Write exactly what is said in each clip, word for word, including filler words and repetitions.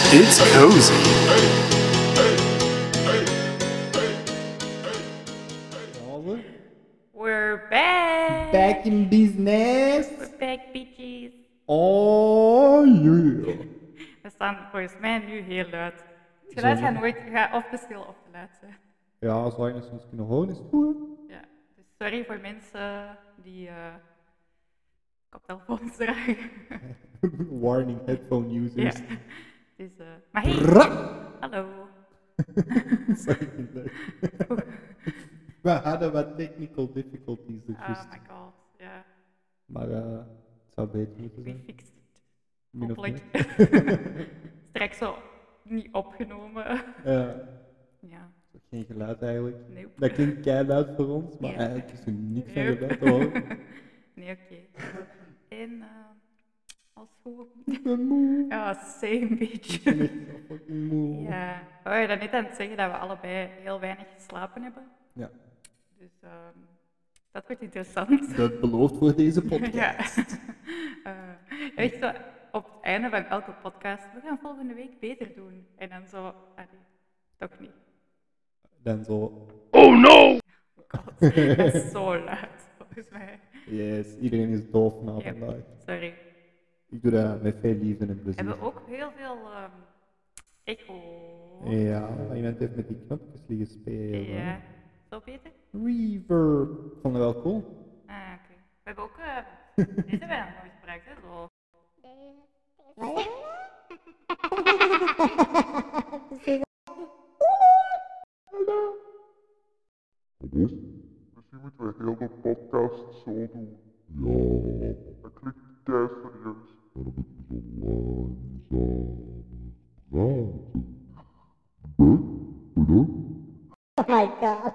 It's cozy. We're back. Back in business. We're back, bitches. Oh yeah. We staan volgens mij nu heel luid. Het geluid Zo gaat niet. nooit gaat of te stil of te luid zijn. Ja, zolang je soms kunnen horen is het goed. hè? Ja, dus sorry voor mensen die uh, koptelefoons dragen. Warning headphone Ja. users. Dus, uh, maar hey, Bra! hallo. Sorry, ik vind het leuk. We hadden wat technical difficulties er Oh juist. my god, ja. Maar uh, het zou beter moeten We zijn. fixed it. Min of Hopelijk. meer. Straks zo niet opgenomen. Ja, Ja. geen geluid eigenlijk. Nope. Dat klinkt keihard voor ons, maar Ja. eigenlijk is er niks van Nope. geluid te horen. Nee, oké. En uh, als goed. Ik ben moe. Ja, same bitch. Ik ben echt zo fucking moe. Ja, we waren net aan het zeggen dat we allebei heel weinig geslapen hebben. Ja. Dus um, dat wordt interessant. Dat belooft voor deze podcast. Ja. uh, echt zo, op het einde van elke podcast, we gaan volgende week beter doen. En dan zo, allee, toch niet. Dan zo. Oh no! God, dat is zo luid, volgens mij. Yes, iedereen is doof na Ja, vandaag. sorry. Ik doe dat met veel liefde en We plezier. hebben ook heel veel um, echo. Ja, maar iemand heeft met die knopjes liggen spelen. Ja, zo beter? Reverb. Ik vond dat wel cool. Ah, oké. We hebben ook, uh, deze hebben we nog nooit gebruikt, hè? Zo. Misschien moeten we heel de podcast zo doen. Ja. Dat klinkt kei serieus. Maar dan moeten we zo langzaam praten. Oh my god.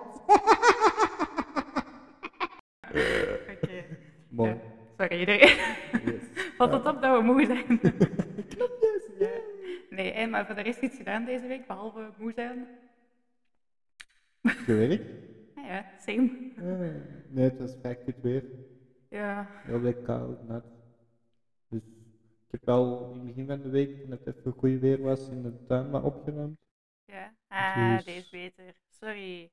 Oké. Mooi. Ja, sorry iedereen. Yes. Valt het op dat we moe zijn? Knopjes, Ja. Nee, hè, maar voor de rest iets gedaan deze week, behalve moe zijn. Gewerkt? Nou ja, same. Ah, nee, het was vrij goed weer. Ja. Heel lekker koud, nat. Dus ik heb wel in het begin van de week, toen het even goed weer was, in de tuin wat opgeruimd. Ja. Ah, Dus- deze is beter. Sorry.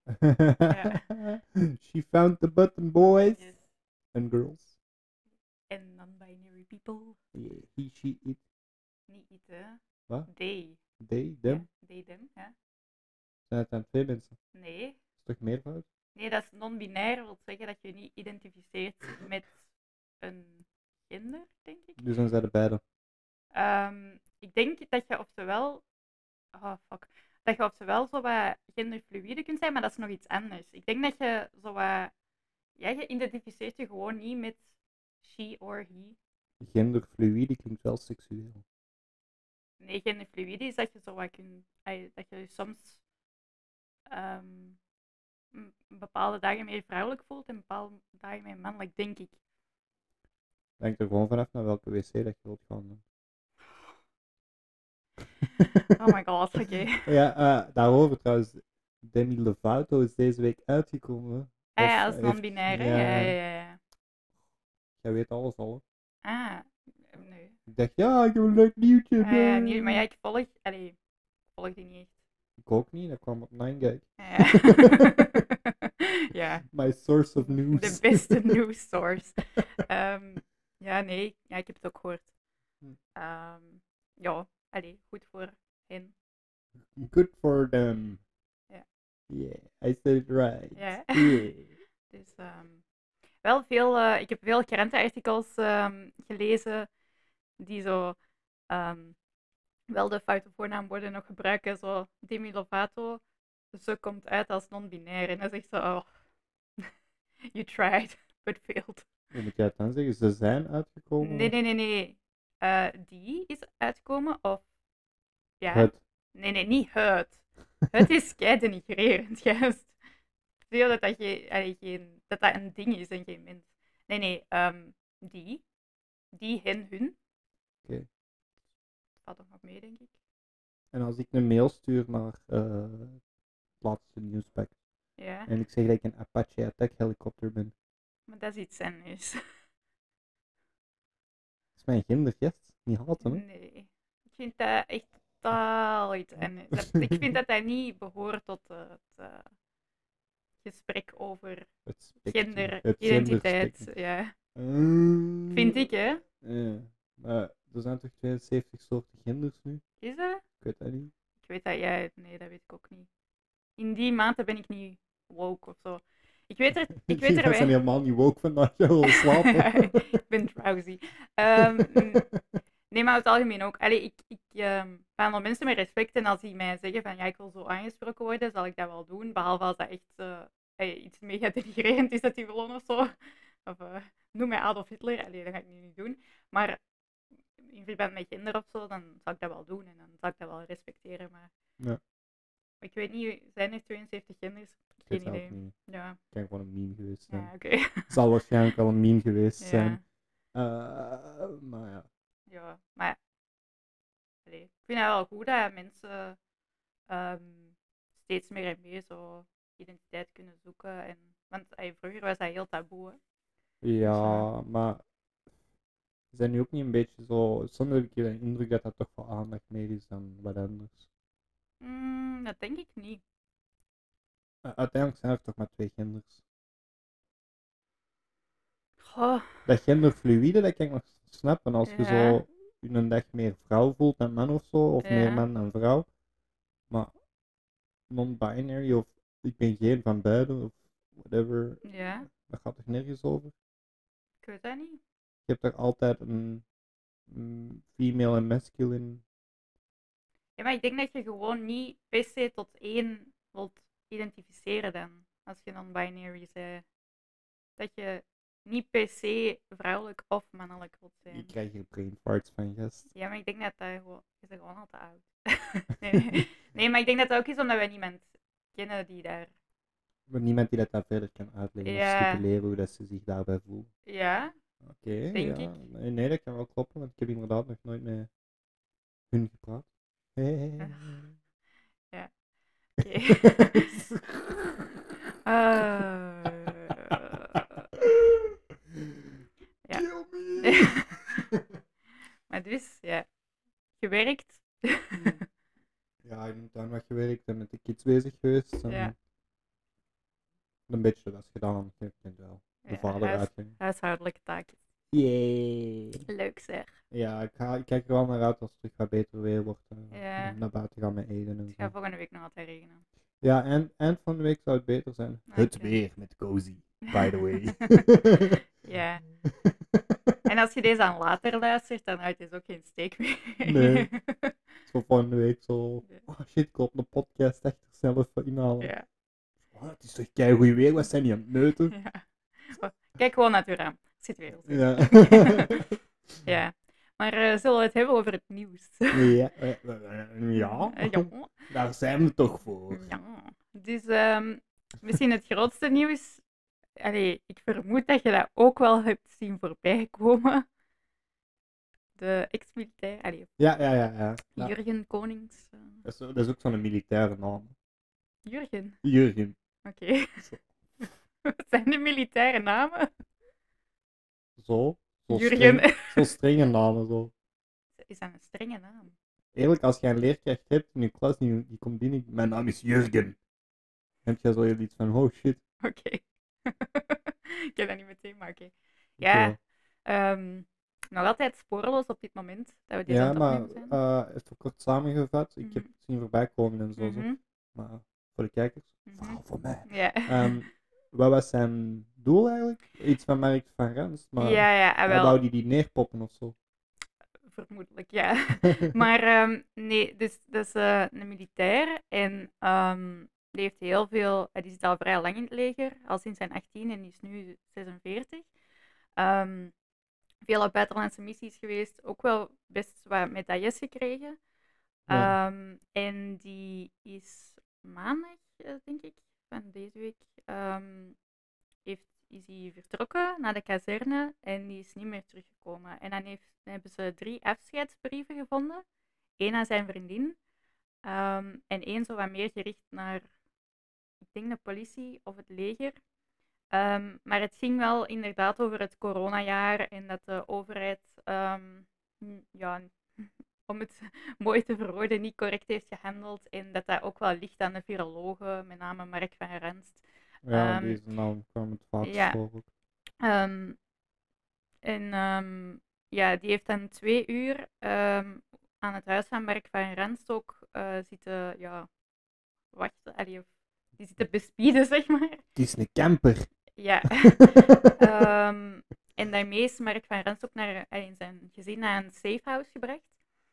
She found the button, boys Yes. and girls. En non-binary people. Yeah, he, she, it, Niet iets, hè? Wat? They. they, them. Ja, they, them, ja. Zijn het dan twee mensen? Nee. Is toch meervoud? Nee, dat is non-binair. Dat wil zeggen dat je je niet identificeert met een gender, denk ik. Dus dan zijn er beide. Um, ik denk dat je oftewel, oh fuck, dat je oftewel zo wat genderfluïde kunt zijn, maar dat is nog iets anders. Ik denk dat je zo wat, ja, je identificeert je gewoon niet met she or he. Genderfluïde klinkt wel seksueel. Nee, genderfluïde is dat je zo wat kunt, ay, dat je je soms um, m- bepaalde dagen meer vrouwelijk voelt en bepaalde dagen meer mannelijk, denk ik. Denk er gewoon vanaf naar welke wc dat je wilt gaan doen. Oh my god, oké. Ja, uh, daarover trouwens. Demi Lovato is deze week uitgekomen. Ah ja, Of dat is heeft- non-binair, hè? ja, Ja, ja, ja, ja. Jij weet alles al. hè? Ah, nee. Ik dacht, ja, ik heb een leuk nieuwtje. Ah, ja, niet, maar ja, ik volg, allee, ik volg die niet echt. Ik ook niet, dat kwam op nine gag. Ja. Ja, My source of news. de beste news source. Um, ja, nee, ja, ik heb het ook gehoord. Hm. Um, ja, allee, goed voor hen. Good for them. Ja. Yeah, I said it right. Ja. Yeah. Dus um, wel veel, uh, ik heb veel krantenartikels um, gelezen die zo um, wel de foute voornaamwoorden nog gebruiken. Zo, Demi Lovato, ze komt uit als non-binair. En dan zegt ze, oh, you tried, but failed. Hoe moet jij het dan zeggen? Ze zijn uitgekomen? Nee, nee, nee, nee. Uh, die is uitgekomen of... Ja. Het. Nee, nee, niet het. Het is kei denigrerend, juist. Zie je dat dat, geen, allee, geen, dat dat een ding is en geen mens. Nee, nee, um, die. Die, hen, hun. Oké. Okay. Valt toch nog mee, denk ik. En als ik een mail stuur naar uh, het laatste nieuwspack Ja, en ik zeg dat ik een Apache Attack helikopter ben, maar dat is iets anders. dat is mijn gender, yes? Niet haten, hè? Nee. Ik vind dat echt totaal iets. En dat, ik vind dat dat niet behoort tot uh, het uh, gesprek over Het spectrum. genderidentiteit. Het Ja. Uh, Vind ik, hè? Ja. Maar er zijn toch tweeënzeventig soorten genders nu? Is dat? Ik weet dat niet. Ik weet dat jij... Nee, dat weet ik ook niet. In die mate ben ik niet woke of zo. Ik weet er, ik weet er Wij zijn wel... helemaal niet woke vandaag, jij wil slapen. Ik ben drowsy. Um, nee, maar over het algemeen ook. Allee, ik, ik um, behandel mensen met respect en als die mij zeggen van ja, ik wil zo aangesproken worden, zal ik dat wel doen. Behalve als dat echt uh, hey, iets mega denigrerend is dat die willen of zo. Of uh, noem mij Adolf Hitler. Allee, dat ga ik nu niet doen. Maar in verband met gender of zo, dan zal ik dat wel doen en dan zal ik dat wel respecteren. Maar Ja. ik weet niet, zijn er tweeënzeventig genders? Ik Geen weet idee. het ook niet. Ja. Het kan gewoon een meme geweest zijn. Ja, oké. Okay. Het zal waarschijnlijk wel een meme geweest Ja. zijn. Uh, maar ja. Ja, maar allee, ik vind het wel goed dat mensen um, steeds meer en meer zo identiteit kunnen zoeken. En, want allee, vroeger was dat heel taboe. Hè? Ja, dus, uh, maar ze zijn nu ook niet een beetje zo. Soms heb ik hier de indruk dat dat toch wel aandacht meer is dan wat anders. Mm, dat denk ik niet. Uh, uiteindelijk zijn er toch maar twee genders. Goh. Dat genderfluïde, dat kan ik nog snappen. Als je Ja. zo in een dag meer vrouw voelt dan man of zo, of Ja. meer man dan vrouw. Maar non-binary of ik ben geen van beiden of whatever, Ja. dat gaat toch nergens over? Ik weet dat niet. Je hebt toch altijd een, een female en masculine. Ja, maar ik denk dat je gewoon niet per se tot één wilt identificeren dan. Als je non-binary bent. Dat je niet per se vrouwelijk of mannelijk wilt zijn. Je krijgt hier brain farts van gast. Ja, maar ik denk dat dat gewoon... Je bent gewoon al te oud. nee, nee, maar ik denk dat dat ook is omdat we niemand kennen die daar... Maar niemand die dat daar verder kan uitleggen Ja. of stipuleren hoe dat ze zich daarbij voelen. Ja, Oké, okay, denk ja. ik. Nee, nee, dat kan wel kloppen, want ik heb inderdaad nog nooit met hun gepraat. Hey. Ja, oké. Okay. uh, ja. Kill me! Maar dus, ja. Gewerkt. Ja, in de tuin wat gewerkt en met de kids bezig geweest. En Ja. een beetje de was gedaan, je kent wel. De Ja, vader huis, uitging. huishoudelijke taakjes. Yay! Leuk zeg. Ja, ik, ga, ik kijk er wel naar uit als het terug wat beter weer wordt. Uh, Ja. Naar buiten gaan met eten en Het zo. gaat volgende week nog altijd regenen. Ja, en eind van de week zou het beter zijn. Okay. Het weer met Cozy, by the way. Ja. En als je deze aan later luistert, dan houdt deze ook geen steek meer. Nee. Zo volgende week zo. Oh shit, ik hoop een podcast echt zelf inhalen. Ja. Oh, het is toch kei goed weer, wat zijn die aan het neuten? Ja. Kijk gewoon naar het raam. Zit weer al. Ja. Ja. Maar uh, zullen we het hebben over het nieuws? Ja. Ja. Ja. Daar zijn we toch voor. Ja. Dus um, misschien het grootste nieuws. Allee, ik vermoed dat je dat ook wel hebt zien voorbij komen. De ex-militair, allee, Ja, ja, ja. ja. ja. Jurgen Konings. Uh... Dat, is, dat is ook zo'n militaire naam. Jurgen? Jurgen. Oké. Okay. Wat zijn de militaire namen? Zo. Zo Jurgen. Streng, zo strenge namen, zo. Is dat een strenge naam? Eerlijk, als je een leerkracht hebt in je klas, die, die komt binnen, mijn naam is Jurgen. Heb je zo iets van, oh shit. Oké. Okay. Ik heb dat niet meteen, maar oké. Okay. Ja, ja. Um, nog altijd spoorloos op dit moment dat we deze ja, aan het maar opnemen zijn. Uh, even kort samengevat, ik mm-hmm. heb het zien voorbij komen en zo, Mm-hmm. zo. Maar voor de kijkers, mm-hmm. vooral voor mij. Ja. Um, wat was zijn doel eigenlijk? Iets van Mark van Rens, maar ja, ja, wel. wou die die neerpoppen of zo? Vermoedelijk, ja. Maar um, nee, dus dat is uh, een militair en um, die heeft heel veel, uh, die zit al vrij lang in het leger, al sinds zijn achttien en die is nu zesenveertig. Um, veel op buitenlandse missies geweest, ook wel best wat medailles gekregen. Ja. Um, en die is maandag, uh, denk ik, van deze week, um, heeft, is hij vertrokken naar de kazerne en die is niet meer teruggekomen. En dan, heeft, dan hebben ze drie afscheidsbrieven gevonden. Eén aan zijn vriendin um, en één zo wat meer gericht naar, ik denk de politie of het leger. Um, maar het ging wel inderdaad over het coronajaar en dat de overheid um, ja, om het mooi te verwoorden, niet correct heeft gehandeld. En dat dat ook wel ligt aan de virologen, met name Mark van Renst. Ja, Ehm, deze naam kwam het vaakst ja. voor ook. Ehm, en ehm, ja, die heeft dan twee uur ehm, aan het huis van Mark van Renst ook eh, zitten, ja, wachten. Allee, of die zitten bespieden, zeg maar. Het is een camper. Ja. Ehm, en daarmee is Mark van Renst ook naar, allee, in zijn gezin naar een safehouse gebracht.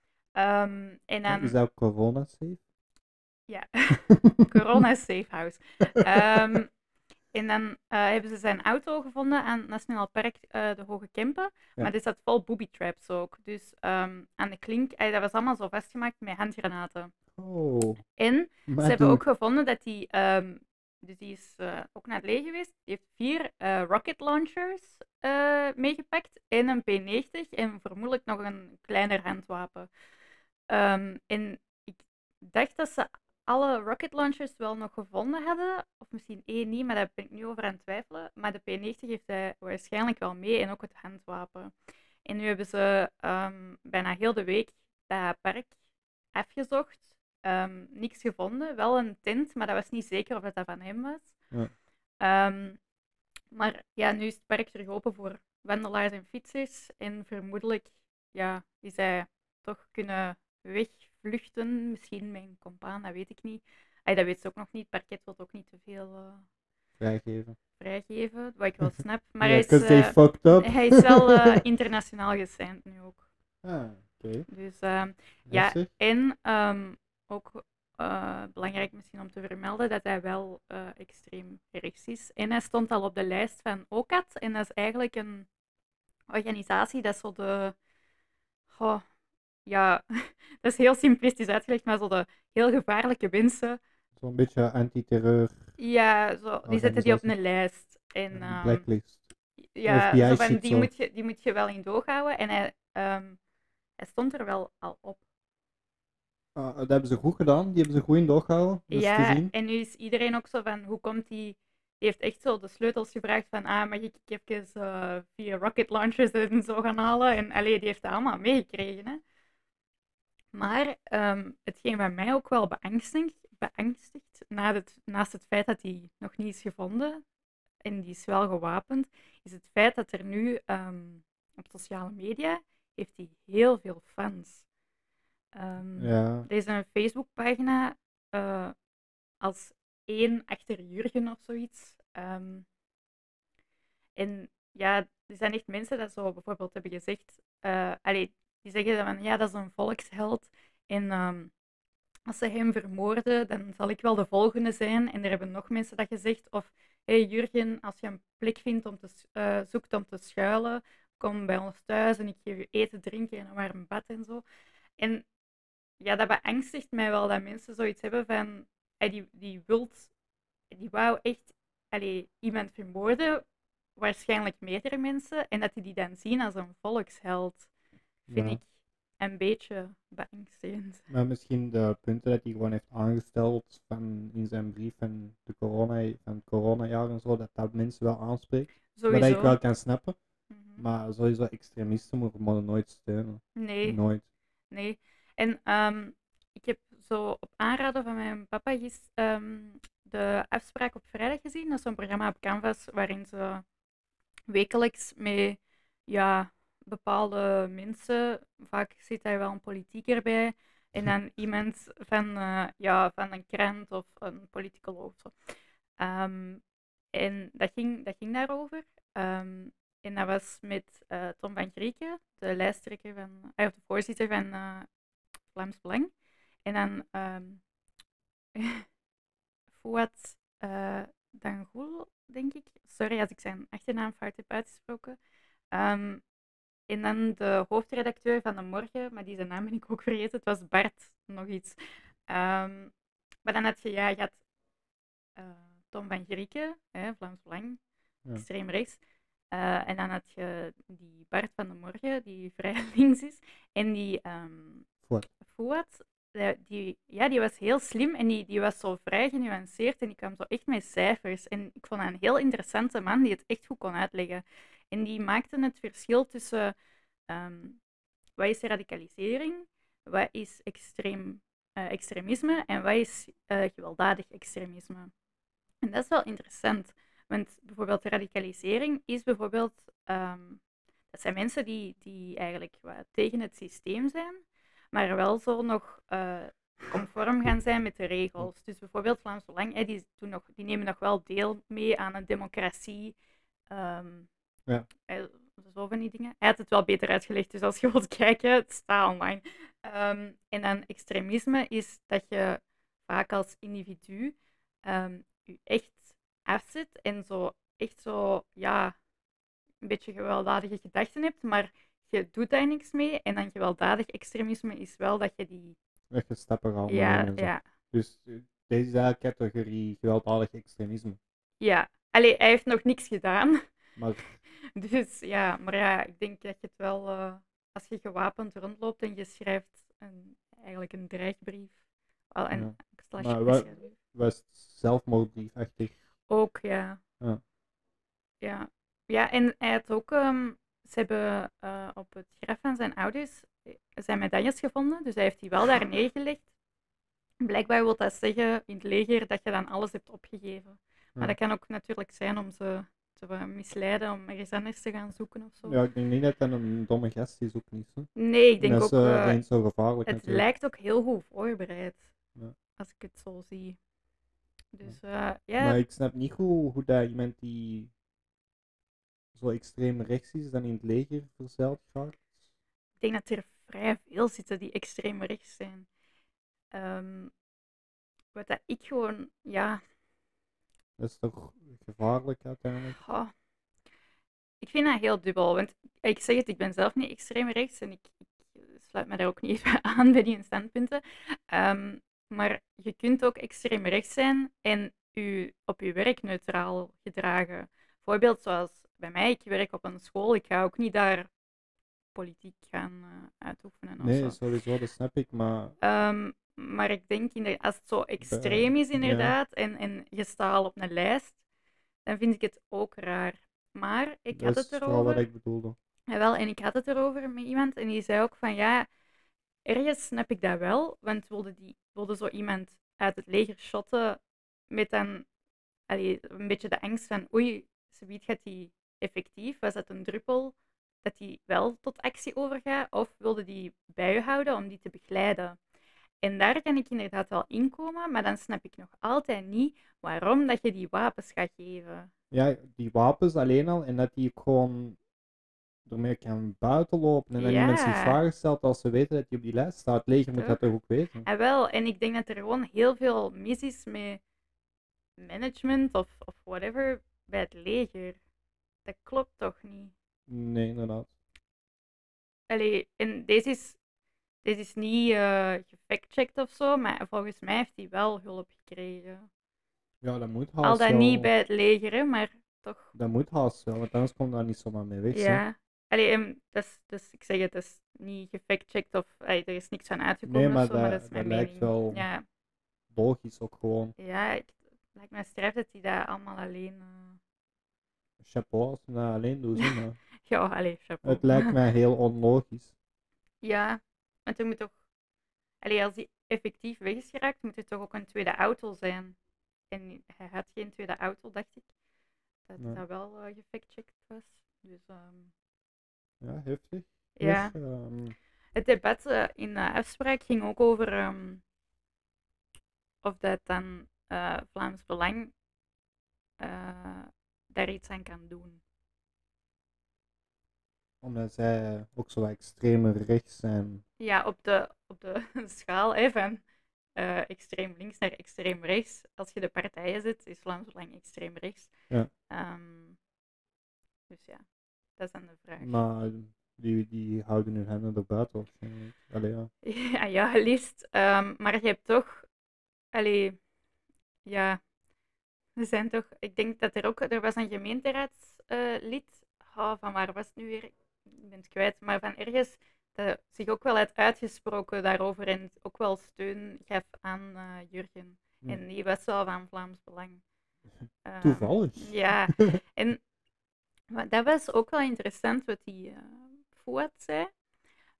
Ehm, en dan, Is dat ook corona safe? ja, corona safehouse. Ehm, en dan eh, hebben ze zijn auto gevonden aan het Nationaal Park eh, de Hoge Kempen. Ja. Maar dit staat vol booby traps ook. Dus ehm, aan de klink, allee, dat was allemaal zo vastgemaakt met handgranaten. Oh, En maar ze hebben doe- ook gevonden dat hij, ehm, dus die is eh, ook naar het leger geweest. Die heeft vier eh, rocket launchers eh, meegepakt en een P negentig en vermoedelijk nog een kleiner handwapen. Ehm, en ik dacht dat ze alle rocket launchers wel nog gevonden hadden, of misschien één niet, maar daar ben ik nu over aan het twijfelen. Maar de P negentig heeft hij waarschijnlijk wel mee en ook het handwapen. En nu hebben ze ehm, bijna heel de week dat park afgezocht. Ehm, niks gevonden. Wel een tent, maar dat was niet zeker of dat, dat van hem was. Ja. Ehm, maar ja, nu is het park terug open voor wandelaars en fietsers. En vermoedelijk ja, is hij toch kunnen wegvluchten. Misschien met een compaan, dat weet ik niet. Ay, dat weet ze ook nog niet. Het parket wil ook niet te veel eh, vrijgeven. vrijgeven, wat ik wel snap. Maar Ja, hij, is, 'cause they eh, fucked up. hij is wel eh, internationaal gesigned nu ook. Ah, oké. Dus ehm, ja, Heftig. en ehm, ook eh, belangrijk misschien om te vermelden dat hij wel eh, extreem rechts is. En hij stond al op de lijst van O C A T. En dat is eigenlijk een organisatie dat zo de... Goh, ja, dat is heel simplistisch uitgelegd, maar zo de heel gevaarlijke mensen. Zo'n beetje antiterreur, Ja, zo, die zetten die op Organisatie. een lijst. En, een ehm, blacklist. ja, F B I zo van, shit die, zo. moet je, die moet je wel in doog houden. En hij, ehm, hij stond er wel al op. Ah, dat hebben ze goed gedaan, die hebben ze goed in doorgehouden, dat is te Ja, zien. en nu is iedereen ook zo van, hoe komt die... Die heeft echt zo de sleutels gevraagd van, ah, mag ik even uh, via rocket launchers en zo gaan halen? En allee, die heeft dat allemaal meegekregen, hè. Maar um, hetgeen wat mij ook wel beangstigt, beangstigt na het, naast het feit dat hij nog niet is gevonden, en die is wel gewapend, is het feit dat er nu um, op sociale media heeft hij heel veel fans. Um, Ja. Er is een Facebookpagina uh, als één achter Jurgen of zoiets. Um, en ja, er zijn echt mensen dat zo bijvoorbeeld hebben gezegd, uh, allee, die zeggen van ja, dat is een volksheld. En um, als ze hem vermoorden, dan zal ik wel de volgende zijn. En er hebben nog mensen dat gezegd. Of hé hey Jurgen, als je een plek vindt om te, uh, zoekt om te schuilen, kom bij ons thuis en ik geef je eten, drinken en een warm bad en zo. En ja, dat beangstigt mij wel dat mensen zoiets hebben van, hey, die, die wilt, die wou echt allee, iemand vermoorden, waarschijnlijk meerdere mensen, en dat die die dan zien als een volksheld, vind Ja. ik een beetje beangstigend. Maar misschien de punten dat hij gewoon heeft aangesteld van in zijn brief van, de corona, van het coronajaar en zo, dat dat mensen wel aanspreekt. Sowieso. Maar dat ik wel kan snappen. Mm-hmm. Maar sowieso extremisten moeten we nooit steunen. Nee. Nooit. Nee. En um, ik heb zo op aanraden van mijn papa gis, um, de afspraak op vrijdag gezien. Dat is zo'n programma op Canvas waarin ze wekelijks met ja, bepaalde mensen, vaak zit daar wel een politieker bij, en dan iemand van, uh, ja, van een krant of een politicoloog. Zo. Um, en dat ging, dat ging daarover. Um, en dat was met uh, Tom van Grieken, de lijsttrekker van, uh, of de voorzitter van uh, Vlaams Belang. En dan um, Fouad uh, Dangoul, denk ik. Sorry als ik zijn achternaam fout heb uitgesproken. Um, en dan de hoofdredacteur van De Morgen, maar die zijn naam ben ik ook vergeten. Het was Bart, nog iets. Um, maar dan had je, ja, je had uh, Tom van Grieken, hè, Vlaams Belang, ja. Extreem rechts. Uh, en dan had je die Bart van De Morgen, die vrij links is. En die um, Fouad, die, ja, die was heel slim en die, die was zo vrij genuanceerd en die kwam zo echt met cijfers. En ik vond hem een heel interessante man die het echt goed kon uitleggen. En die maakte het verschil tussen um, wat is radicalisering, wat is extreem uh, extremisme en wat is uh, gewelddadig extremisme. En dat is wel interessant, want bijvoorbeeld radicalisering is bijvoorbeeld, um, dat zijn mensen die, die eigenlijk wat tegen het systeem zijn, maar wel zo nog uh, conform gaan zijn met de regels. Dus bijvoorbeeld Vlaams Belang, hè, die, doen nog, die nemen nog wel deel mee aan een democratie. Um, Ja. Uh, zo van die dingen. Hij had het wel beter uitgelegd, dus als je wilt kijken, het staat online. Um, en dan extremisme is dat je vaak als individu um, je echt afzet en zo echt zo, ja, een beetje gewelddadige gedachten hebt, maar je doet daar niks mee. En dan gewelddadig extremisme is wel dat je die... Dat je stappen gaat Ja, nemen en zo. ja. Dus uh, deze is eigenlijk categorie gewelddadig extremisme. Ja. Allee, hij heeft nog niks gedaan. Maar... Dus ja, maar ja, ik denk dat je het wel, uh, als je gewapend rondloopt en je schrijft een, eigenlijk een dreigbrief, wel een Ja. slash Maar wat, wat is zelfmoordbriefachtig? Ook, ja. Ja. Ja, ja en hij had ook, um, ze hebben uh, op het graf van zijn ouders zijn medailles gevonden, dus hij heeft die wel daar neergelegd. Blijkbaar wil dat zeggen in het leger dat je dan alles hebt opgegeven. Ja. Maar dat kan ook natuurlijk zijn om ze te misleiden om ergens anders te gaan zoeken of zo. Ja, ik denk niet dat dat een domme gast is, ook niet. Hè? Nee, ik denk dat ook... Dat is uh, uh, eens zo gevaarlijk Het natuurlijk. lijkt ook heel goed voorbereid, ja. Als ik het zo zie. Dus uh, ja. ja... Maar ik snap niet goed hoe dat iemand die zo extreem rechts is dan in het leger verzeild gaat. Ik denk dat er vrij veel zitten die extreem rechts zijn. Um, wat dat ik gewoon, ja... Dat is toch gevaarlijk uiteindelijk? Oh, ik vind dat heel dubbel, want ik zeg het, ik ben zelf niet extreem rechts en ik, ik sluit me daar ook niet even aan bij die standpunten. Um, maar je kunt ook extreem rechts zijn en je op je werk neutraal gedragen. Bijvoorbeeld zoals bij mij, ik werk op een school, ik ga ook niet daar politiek gaan uh, uitoefenen. Nee, of zo. sowieso, dat snap ik, maar... Um, maar ik denk, inderdaad, als het zo extreem is inderdaad, ja. en, en je staat al op een lijst, dan vind ik het ook raar. Maar ik dat had het erover... Dat is wel wat ik bedoelde. Jawel, en ik had het erover met iemand en die zei ook van, ja, ergens snap ik dat wel, want wilde, die, wilde zo iemand uit het leger shotten met dan allee, een beetje de angst van, oei, zoiets gaat die effectief, was dat een druppel dat die wel tot actie overgaat, of wilde die bij je houden om die te begeleiden. En daar kan ik inderdaad wel inkomen, maar dan snap ik nog altijd niet waarom dat je die wapens gaat geven. Ja, die wapens alleen al, en dat die ook gewoon ermee kan buiten lopen en dan Ja. iemand zich vragen stelt als ze weten dat hij op die lijst staat. Het leger moet dat toch ook weten? En wel, en ik denk dat er gewoon heel veel mis is met management of, of whatever bij het leger. Dat klopt toch niet? Nee, inderdaad. Allee, en deze is, deze is niet uh, gefactcheckt of zo, maar volgens mij heeft hij wel hulp gekregen. Ja, dat moet haast Al dan wel. niet bij het leger, hè, maar toch. Dat moet haast wel, want anders komt daar niet zomaar mee weg. Ja. Hè? Allee, um, dus, dus ik zeg het, het is niet gefactcheckt of allee, er is niks van uitgekomen Nee, maar of zo, maar dat, dat is mijn dat lijkt mening. wel Ja, logisch ook gewoon. ja ik, het lijkt me straf dat hij dat allemaal alleen... Uh... Chapeau als ze dat alleen doen, hè, maar Ja, allee, chapeau. het lijkt mij heel onlogisch. Ja, want er moet toch... Allee, als hij effectief weg is geraakt, moet er toch ook een tweede auto zijn. En hij had geen tweede auto, dacht ik. Dat Nee. dat wel uh, gefactcheckt was. Dus, um... Ja, heftig. ja. Dus, um... Het debat uh, in de afspraak ging ook over um, of dat dan uh, Vlaams Belang uh, daar iets aan kan doen. Omdat zij ook zo extremer rechts zijn. Ja, op de, op de schaal hè, van uh, extreem links naar extreem rechts. Als je de partijen zet, is Vlaams Belang extreem rechts. Ja. Um, dus ja, dat is dan de vraag. Maar die, die houden hun handen erbuiten waarschijnlijk. Allee, ja. Ja, ja, liefst. Um, maar je hebt toch... Allee, ja... Er zijn toch... Ik denk dat er ook... Er was een gemeenteraadslid... Uh, oh, van waar was het nu weer? Ik ben het kwijt. Maar van ergens... Dat zich ook wel had uitgesproken daarover. En ook wel steun gaf aan uh, Jurgen. Hm. En die was wel van Vlaams Belang. Uh, Toevallig. Ja. En... Maar dat was ook wel interessant wat die uh, Fouad zei.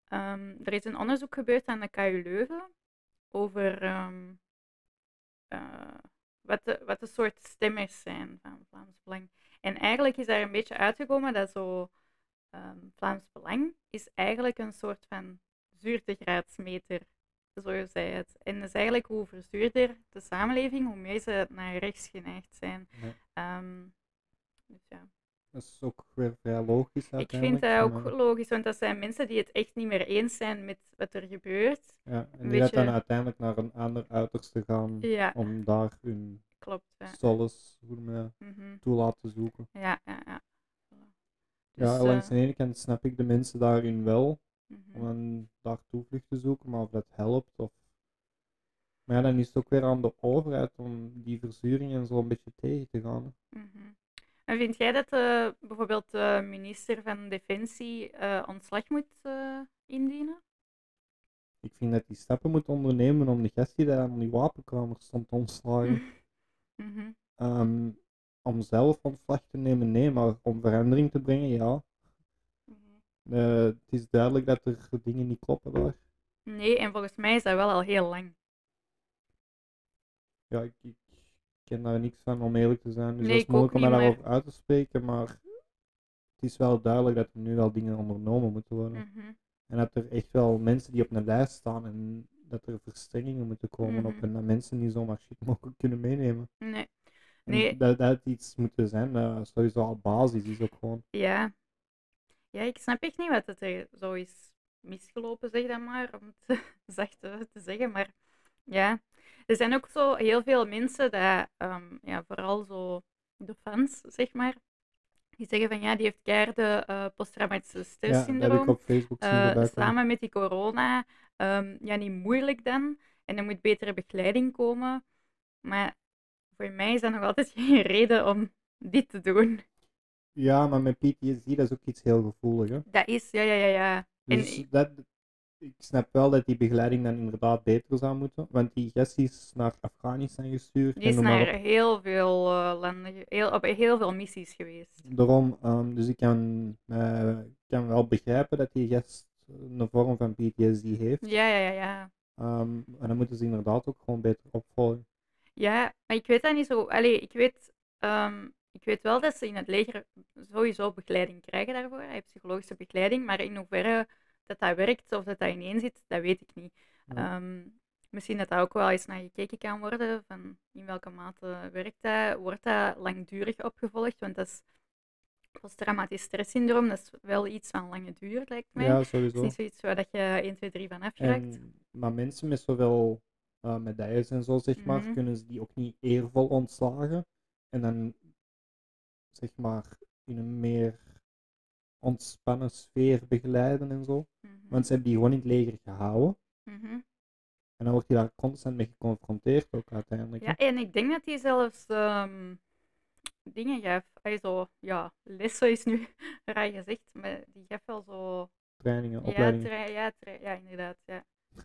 Ehm, er is een onderzoek gebeurd aan de K U Leuven over ehm, eh, wat, de, wat de soort stemmers zijn van Vlaams Belang. En eigenlijk is daar een beetje uitgekomen dat zo ehm, Vlaams Belang is eigenlijk een soort van zuurtegraadsmeter, zo zei het. En dat is eigenlijk hoe verzuurder de samenleving, hoe meer ze naar rechts geneigd zijn. Ja. Ehm, dus ja. Dat is ook weer vrij logisch Ik uiteindelijk. vind dat ook maar- logisch, want dat zijn mensen die het echt niet meer eens zijn met wat er gebeurt. Ja, en Een die gaat dan beetje- uiteindelijk naar een ander uiterste gaan Ja, om daar hun klopt. Ja. solace hoe noem je dat, Mhm. toe laten zoeken. Ja, ja, ja. Voilà. Ja, Dus, langs eh, de ene kant snap ik de mensen daarin wel, mhm. om dan daar toevlucht te zoeken, maar of dat helpt of... Maar ja, dan is het ook weer aan de overheid om die verzuring en zo een beetje tegen te gaan. hè. Mhm. En vind jij dat eh, bijvoorbeeld de minister van Defensie eh, ontslag moet eh, indienen? Ik vind dat die stappen moet ondernemen om de gast die daar aan die wapenkamer stond te ontslagen. Mhm. Ehm, om zelf ontslag te nemen, nee, maar om verandering te brengen, ja. Mhm. Eh, het is duidelijk dat er dingen niet kloppen daar. Nee, en volgens mij is dat wel al heel lang. Ja, ik, ik ken daar niks van om eerlijk te zijn, dus Nee, dat is ik moeilijk ook om mij niet, maar- daarover uit te spreken, maar het is wel duidelijk dat er nu wel dingen ondernomen moeten worden. Mhm. En dat er echt wel mensen die op een lijst staan en dat er verstrengingen moeten komen op Mhm. en dat mensen niet zomaar shit mogen kunnen meenemen. Nee. En Nee. dat, dat iets moeten zijn, dat sowieso al basis is ook gewoon. Ja. Ja, ik snap echt niet wat het er zo is misgelopen, zeg dan maar, om het zacht te te zeggen. Maar ja, er zijn ook zo heel veel mensen dat, ehm, ja, vooral zo de fans, zeg maar, die zeggen van ja, die heeft keiharde eh posttraumatische Ja, dat heb ik stresssyndroom. op Facebook zien eh, voorbij komen. samen met die corona. ehm, ja, niet moeilijk dan. En er moet betere begeleiding komen. Maar voor mij is dat nog altijd geen reden om dit te doen. Ja, maar met P T S D, dat is ook iets heel gevoelig, hè. Dat is, ja, ja, ja, ja. En Dus ik- dat, ik snap wel dat die begeleiding dan inderdaad beter zou moeten, want die gast is naar Afghanistan gestuurd Die en is noem maar naar op. heel veel eh, landen, ge- heel, op heel veel missies geweest. Daarom, ehm, dus ik kan, eh, ik kan wel begrijpen dat die gast een vorm van P T S D heeft. Ja, ja, ja, ja. Ehm, en dan moeten ze inderdaad ook gewoon beter opvolgen. Ja, maar ik weet dat niet zo. Allee, ik weet, ehm, ik weet wel dat ze in het leger sowieso begeleiding krijgen daarvoor. Hij heeft psychologische begeleiding, maar in hoeverre dat dat werkt of dat dat ineen zit, dat weet ik niet. Ja. Ehm, misschien dat daar ook wel eens naar gekeken kan worden, van in welke mate werkt dat, wordt dat langdurig opgevolgd, want dat is posttraumatisch stresssyndroom, dat is wel iets van lange duur, lijkt mij. Ja, Het is sowieso. niet zoiets waar dat je één, twee, drie van afgeraakt. En, maar mensen met zoveel eh, medailles en zo, zeg maar, Mhm. kunnen ze die ook niet eervol ontslagen. En dan, zeg maar, in een meer ontspannen sfeer begeleiden en zo. Mhm. Want ze hebben die gewoon in het leger gehouden. Mhm. En dan wordt je daar constant mee geconfronteerd ook uiteindelijk. Ja, hè. en ik denk dat hij zelfs ehm, dingen gaf. Hij zo, ja, lessen is nu raar gezegd, maar die gaf wel zo. Trainingen, Ja, opleidingen. tra- ja, tra- ja, inderdaad, ja.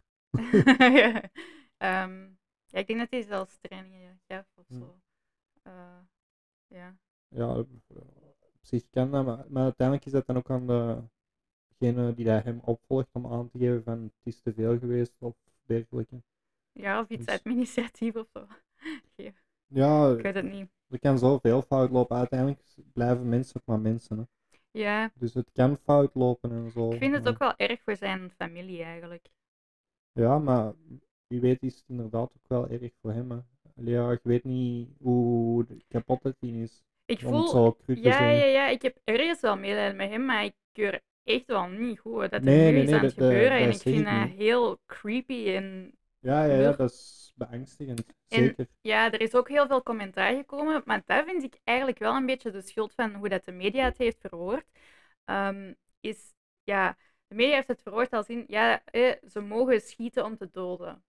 Ja. Ehm, ja, ik denk dat hij zelfs trainingen gaf of Hm. zo. Eh, ja. Ja, op op zich kan dat, maar, maar uiteindelijk is dat dan ook aan degene die dat hem opvolgt om aan te geven van het is te veel geweest of dergelijke. ja, of iets Dus- administratief of zo. Ja, Ja, ik weet het niet. er kan zoveel fout lopen. Uiteindelijk blijven mensen ook maar mensen. Hè. Ja, Dus het kan fout lopen en zo. ik vind het maar- ook wel erg voor zijn familie eigenlijk. Ja, maar wie weet is het inderdaad ook wel erg voor hem. Hè. Allee, ja, ik weet niet hoe kapot het die is. Ik Om het voel, zo cru te ja, zeggen. ja, ja, ik heb ergens wel medelijden met hem, maar ik keur echt wel niet goed wat er Nee, nu nee, is nee, aan het dat- dat- gebeuren. En dat ik zeg vind ik dat niet. heel creepy. En Ja, ja, ja, Lur. dat is beangstigend. En- Zeker. ja, er is ook heel veel commentaar gekomen, maar dat vind ik eigenlijk wel een beetje de schuld van hoe dat de media het heeft verwoord. Ehm, is, ja, de media heeft het verwoord als in, ja, eh, ze mogen schieten om te doden.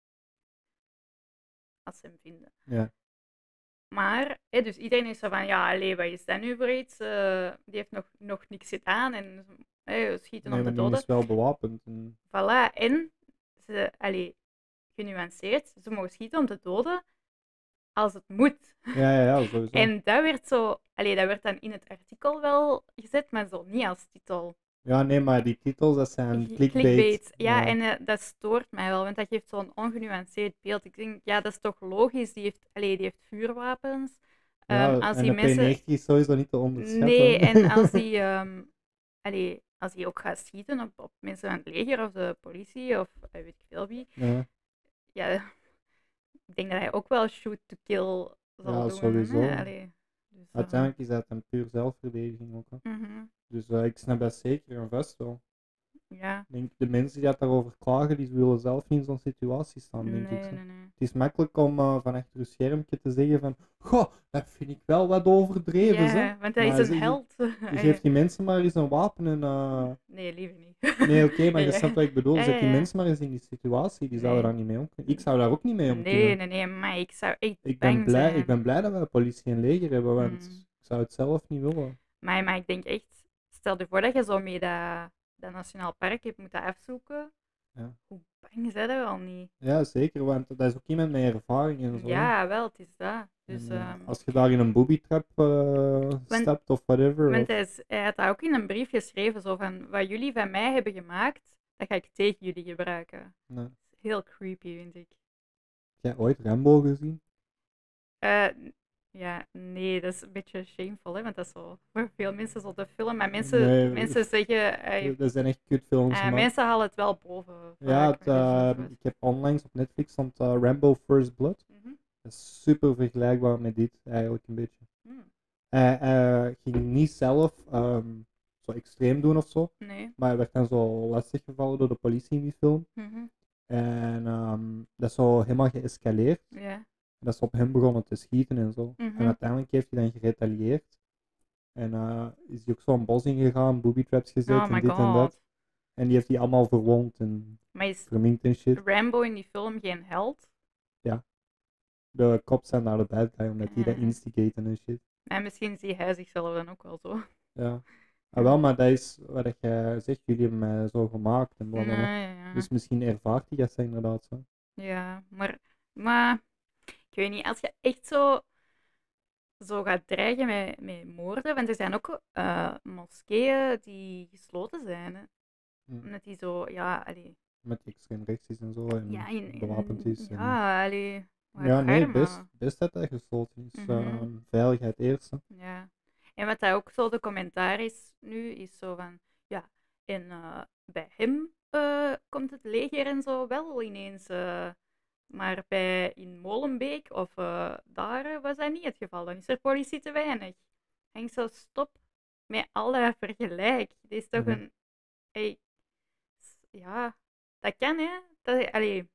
Als ze hem vinden. Ja. Maar, hè, dus iedereen is zo van, ja, allee, wat is dat nu voor iets? Eh, die heeft nog, nog niks gedaan en hè, schieten Nee, om maar te die doden. is wel bewapend. En, Voilà, en ze, allee, genuanceerd, ze mogen schieten om te doden als het moet. ja, ja, ja, sowieso. En dat werd zo, allee, dat werd dan in het artikel wel gezet, maar zo niet als titel. Ja, nee, maar die titels, dat zijn G- clickbait. Ja, Ja. en eh, dat stoort mij wel, want dat geeft zo'n ongenuanceerd beeld. Ik denk, ja, dat is toch logisch. Die heeft, allee, die heeft vuurwapens. Ehm, Ja, als en die een mensen... P negentig is sowieso niet te Nee, onderschatten. en als die, ehm, allee, als die ook gaat schieten op, op mensen van het leger of de politie of eh, weet ik veel wie, Ja, ja, ik denk dat hij ook wel shoot to kill zal ja, doen. sowieso. Hè? Allee, dus, eh, Uiteindelijk is dat een puur zelfverdediging ook. Hè. mhm, Dus eh, ik snap dat zeker en vast wel. ja, Ik denk, de mensen die dat daarover klagen, die willen zelf niet in zo'n situatie staan, denk ik. nee, Zo. nee, nee. Het is makkelijk om eh, van achter je schermpje te zeggen van, goh, dat vind ik wel wat overdreven, hè. Ja, want hij Maar is ze- een je, held. je Hij- geeft die mensen maar eens een wapen en... eh, Nee, liever niet. Nee, oké, maar je Ja, snapt wat ik bedoel. ja, Zet die ja, ja. mensen maar eens in die situatie, die zouden Nee. daar niet mee om kunnen. Ik zou daar ook niet mee om Nee, kunnen. nee, nee, maar ik zou echt Ik ben bang blij, zijn. ik ben blij dat we politie en leger hebben, want Mm. ik zou het zelf niet willen. Maar, maar ik denk echt, stel je voor dat je zo mee dat, dat nationaal park hebt moeten afzoeken. Ja. Hoe bang zijn we wel niet? Ja, zeker, want dat is ook iemand met ervaring en zo. hè. Ja, wel, het is dat. Dus, En, eh, ehm, als je daar in een booby trap eh, stapt of whatever. want Of, hij, is- hij had dat ook in een brief geschreven, zo van, wat jullie van mij hebben gemaakt, dat ga ik tegen jullie gebruiken. nee. Dat is heel creepy, vind ik. Heb jij ooit Rambo gezien? Eh, ja, nee, dat is een beetje shameful, hè, want dat is zo voor veel mensen zo de film. Maar mensen, Nee, mensen zeggen, eh, Dat zijn echt kutfilms. eh, maar... mensen halen het wel boven. Ja, vaak, het, dus dat is eh, wat. ik heb onlangs op Netflix stond eh, Rambo First Blood. Mhm. Dat is super vergelijkbaar met dit, eigenlijk een beetje. Hmm. Hij, hij ging niet zelf ehm, zo extreem doen of zo, Nee. maar hij werd dan zo lastiggevallen door de politie in die film. Mhm. En ehm, dat is zo helemaal geëscaleerd. Ja. En dat ze op hem begonnen te schieten en zo. Mhm. En uiteindelijk heeft hij dan geretaliëerd. En eh, is hij ook zo een bos ingegaan, booby traps gezet Oh en my dit en dat. god. En die heeft hij allemaal verwond en Maar is verminkt en shit. Rambo in die film geen held? De cops zijn naar de bad guy omdat die dat Mhm. instigaten en shit. En misschien zie hij zichzelf dan ook wel zo. Ja. Ah, wel, maar dat is wat jij zegt, jullie hebben mij zo gemaakt en blablabla. Nee, ja. Dus misschien ervaart hij dat inderdaad zo. Ja, maar, maar ik weet niet, als je echt zo, zo gaat dreigen met, met moorden, want er zijn ook eh, moskeeën die gesloten zijn, hè. Hm. Omdat die zo, ja, allee, Met die extreem rechts is en zo en ja, in, in- bewapend is. En... ja, allee, wat ja, nee, garme. best, best dat hij gesloten is. Mhm. Ehm, veiligheid eerst. hè. Ja. En wat dat ook zo de commentaar is nu, is zo van, ja, en eh, bij hem eh, komt het leger en zo wel ineens. eh, maar bij in Molenbeek of eh, daar eh, was dat niet het geval. Dan is er politie te weinig. En ik zo, stop met alle vergelijk. Dit is toch Mhm. een... Hey, s- ja, dat kan hè. Dat, allee,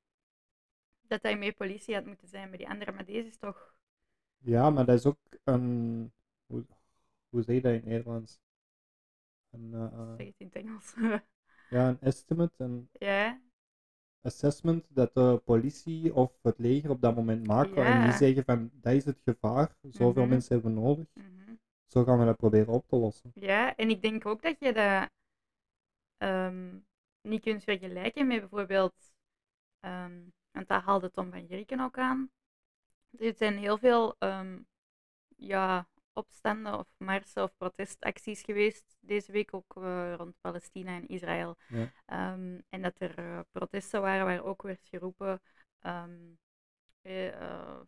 dat hij meer politie had moeten zijn bij die andere, maar deze is toch... Ja, maar dat is ook een. Hoe, hoe zeg je dat in het Nederlands? Een, eh, eh, Zeg het in het Engels. ja, een estimate, een ja, assessment dat de politie of het leger op dat moment maken. En die Ja. zeggen van, dat is het gevaar, zoveel Mhm. mensen hebben we nodig. mhm. Zo gaan we dat proberen op te lossen. Ja, en ik denk ook dat je dat ehm, niet kunt vergelijken met bijvoorbeeld, ehm, want dat haalde Tom van Grieken ook aan. Er zijn heel veel ehm, ja, opstanden of marsen of protestacties geweest deze week ook eh, rond Palestina en Israël. Ja. Ehm, en dat er eh, protesten waren waar ook werd geroepen, ehm, eh, eh,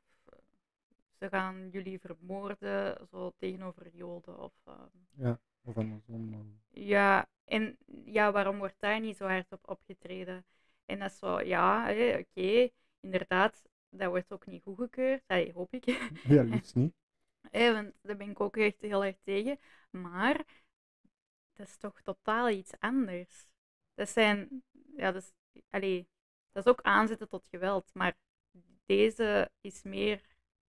ze gaan jullie vermoorden, zo tegenover Joden. Of, ehm, Ja, of andersom. man. ja, en ja, waarom wordt daar niet zo hard op opgetreden? En dat is zo, ja, hé, oké, inderdaad, dat wordt ook niet goedgekeurd. Dat hoop ik. Ja, liefst niet. Hé, want daar ben ik ook echt heel erg tegen. Maar dat is toch totaal iets anders. Dat zijn, ja, dat is, allee, dat is ook aanzetten tot geweld. Maar deze is meer,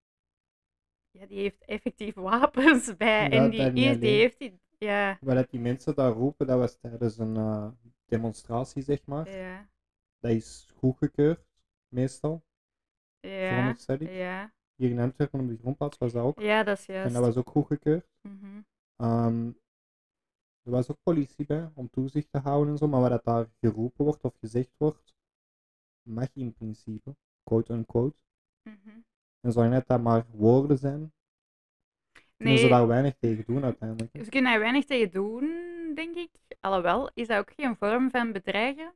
ja, die heeft effectief wapens bij. Ja, en die, dat niet is, die alleen. heeft die, ja, Wat dat die mensen daar roepen, dat was tijdens een eh, demonstratie, zeg maar. ja, Dat is goedgekeurd, meestal. ja, Veronderstel ik. ja. Hier in Antwerpen op de grondplaats was dat ook. Ja, dat is En juist. dat was ook goedgekeurd. Mhm. Ehm, er was ook politie bij om toezicht te houden en zo, maar wat dat daar geroepen wordt of gezegd wordt, mag in principe, quote unquote. Mhm. En zolang het dat maar woorden zijn, kunnen ze Nee, daar weinig tegen doen uiteindelijk. hè. ze kunnen daar weinig tegen doen, denk ik. Alhoewel, is dat ook geen vorm van bedreigen?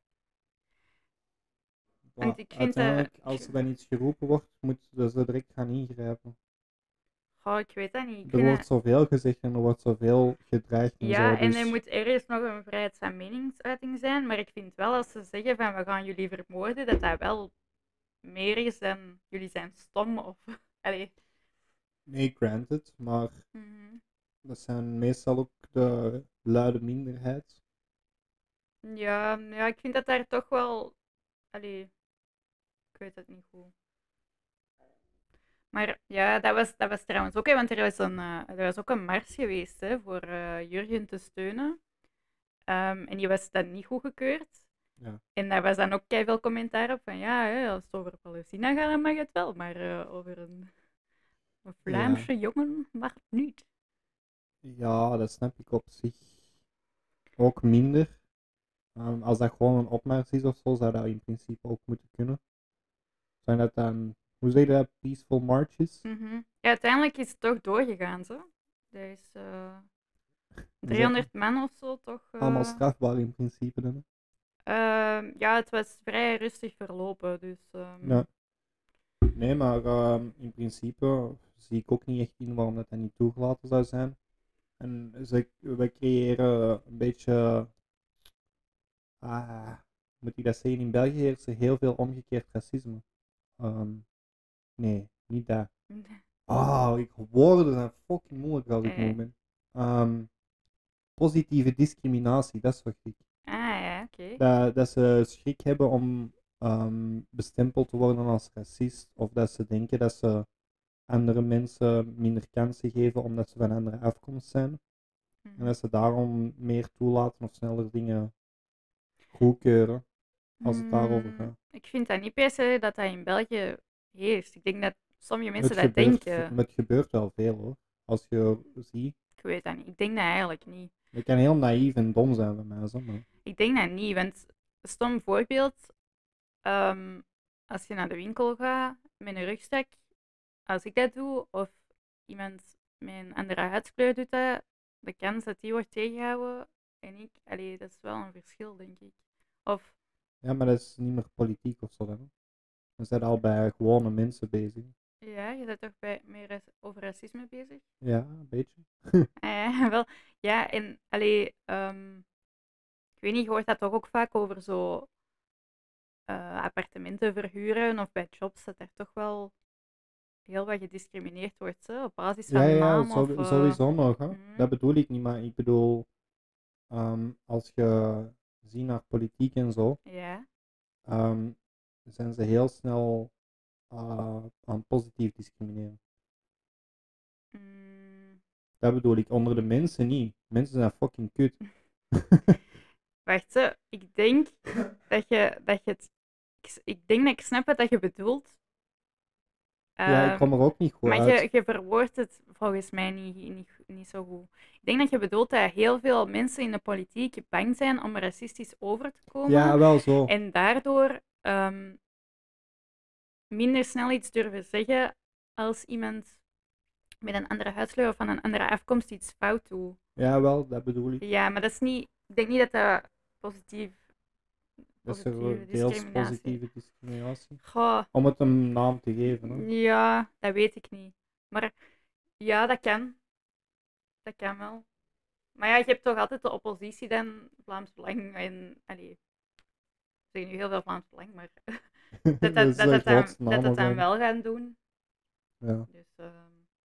Maar Want ik vind dat... uiteindelijk, als er dan iets geroepen wordt, moeten ze direct gaan ingrijpen. Goh, ik weet dat niet. Ik Er vind wordt dat- zoveel gezegd en er wordt zoveel gedreigd en Ja, zo. en Dus er moet ergens nog een vrijheid van meningsuiting zijn, maar ik vind wel als ze zeggen van we gaan jullie vermoorden, dat dat wel meer is dan jullie zijn stom of... Allee. nee, granted, maar Mhm. dat zijn meestal ook de luide minderheid. Ja, ja, ik vind dat daar toch wel... Allee, ik weet het niet goed. Maar ja, dat was, dat was trouwens ook, hè, want er was, een, eh, er was ook een mars geweest hè, voor eh, Jurgen te steunen. Ehm, en die was dan niet goedgekeurd. Ja. En daar was dan ook veel commentaar op van ja, hè, als het over Palestina gaat, dan mag het wel, maar eh, over een, een Vlaamse jongen mag het niet. Ja, dat snap ik op zich ook minder. Ehm, als dat gewoon een opmars is of zo, zou dat in principe ook moeten kunnen. Zijn dat dan, hoe zeg je dat, peaceful marches? Mhm. Ja, uiteindelijk is het toch doorgegaan, zo. Er is eh, Die zijn driehonderd man of zo, toch? eh, allemaal strafbaar in principe dan. hè? ehm, ja, het was vrij rustig verlopen, dus... ehm, Ja. Nee, maar ehm, in principe zie ik ook niet echt in waarom dat, dat niet toegelaten zou zijn. En ze, we creëren een beetje, ah, moet ik dat zeggen, in België heerst er heel veel omgekeerd racisme. Ehm, nee, niet dat. Ah, ik woorden zijn fucking moeilijk als ik Eh. moe ben. Ehm, positieve discriminatie, dat is wat ik. Ah ja, oké. Dat, dat ze schrik hebben om ehm, bestempeld te worden als racist, of dat ze denken dat ze andere mensen minder kansen geven omdat ze van andere afkomst zijn. En Mhm. dat ze daarom meer toelaten of sneller dingen goedkeuren als het daarover Mm, gaat. ik vind dat niet per se dat dat in België heerst. Ik denk dat sommige mensen Het dat gebeurt, denken. het gebeurt wel veel hoor. Als je ziet. Ik weet dat niet. Ik denk dat eigenlijk niet. Dat kan heel naïef en dom zijn van mij, zo, maar Ik denk dat niet, want een stom voorbeeld. ehm, als je naar de winkel gaat met een rugzak, als ik dat doe, of iemand met een andere huidskleur doet dat, de kans dat die wordt tegengehouden en ik, allee, dat is wel een verschil, denk ik. Of, ja, maar dat is niet meer politiek of zo dan. hè. We zijn al bij gewone mensen bezig. ja, je bent toch bij, meer ras- over racisme bezig? Ja, een beetje. Ah, ja, wel, ja, en allee, ehm, ik weet niet, je hoort dat toch ook vaak over zo eh, appartementen verhuren of bij jobs, dat er toch wel heel wat gediscrimineerd wordt, hè, op basis van Ja, ja, naam zo- of... eh, sowieso nog. Hè. mhm. Dat bedoel ik niet, maar ik bedoel, ehm, als je ziet naar politiek en zo, Ja. ehm, zijn ze heel snel uh, aan positief discrimineren. Mm, Dat bedoel ik, onder de mensen niet. Mensen zijn fucking kut. wacht, hè, ik denk dat je, dat je het... Ik, s- ik denk dat ik snap wat dat je bedoelt. Ja, ik Ehm, kom er ook niet goed maar uit. je, je verwoordt het volgens mij niet, niet, niet zo goed. Ik denk dat je bedoelt dat heel veel mensen in de politiek bang zijn om racistisch over te komen. Ja, wel zo. En daardoor ehm, minder snel iets durven zeggen als iemand met een andere huidskleur of van een andere afkomst iets fout doet. Ja, wel, dat bedoel ik. Ja, maar dat is niet... Ik denk niet dat dat positief... Dat is positieve er deels discriminatie. positieve discriminatie. Goh, Om het een naam te geven. Hè. ja, dat weet ik niet. Maar ja, dat kan. Dat kan wel. Maar ja, je hebt toch altijd de oppositie dan, Vlaams Belang en... Allee, ik zeg nu heel veel Vlaams Belang, maar... dat dat, Dat is dat, de dat, dan, grootste dat naam dat dan waarschijnlijk. wel gaan doen. Ja, Dus, ehm,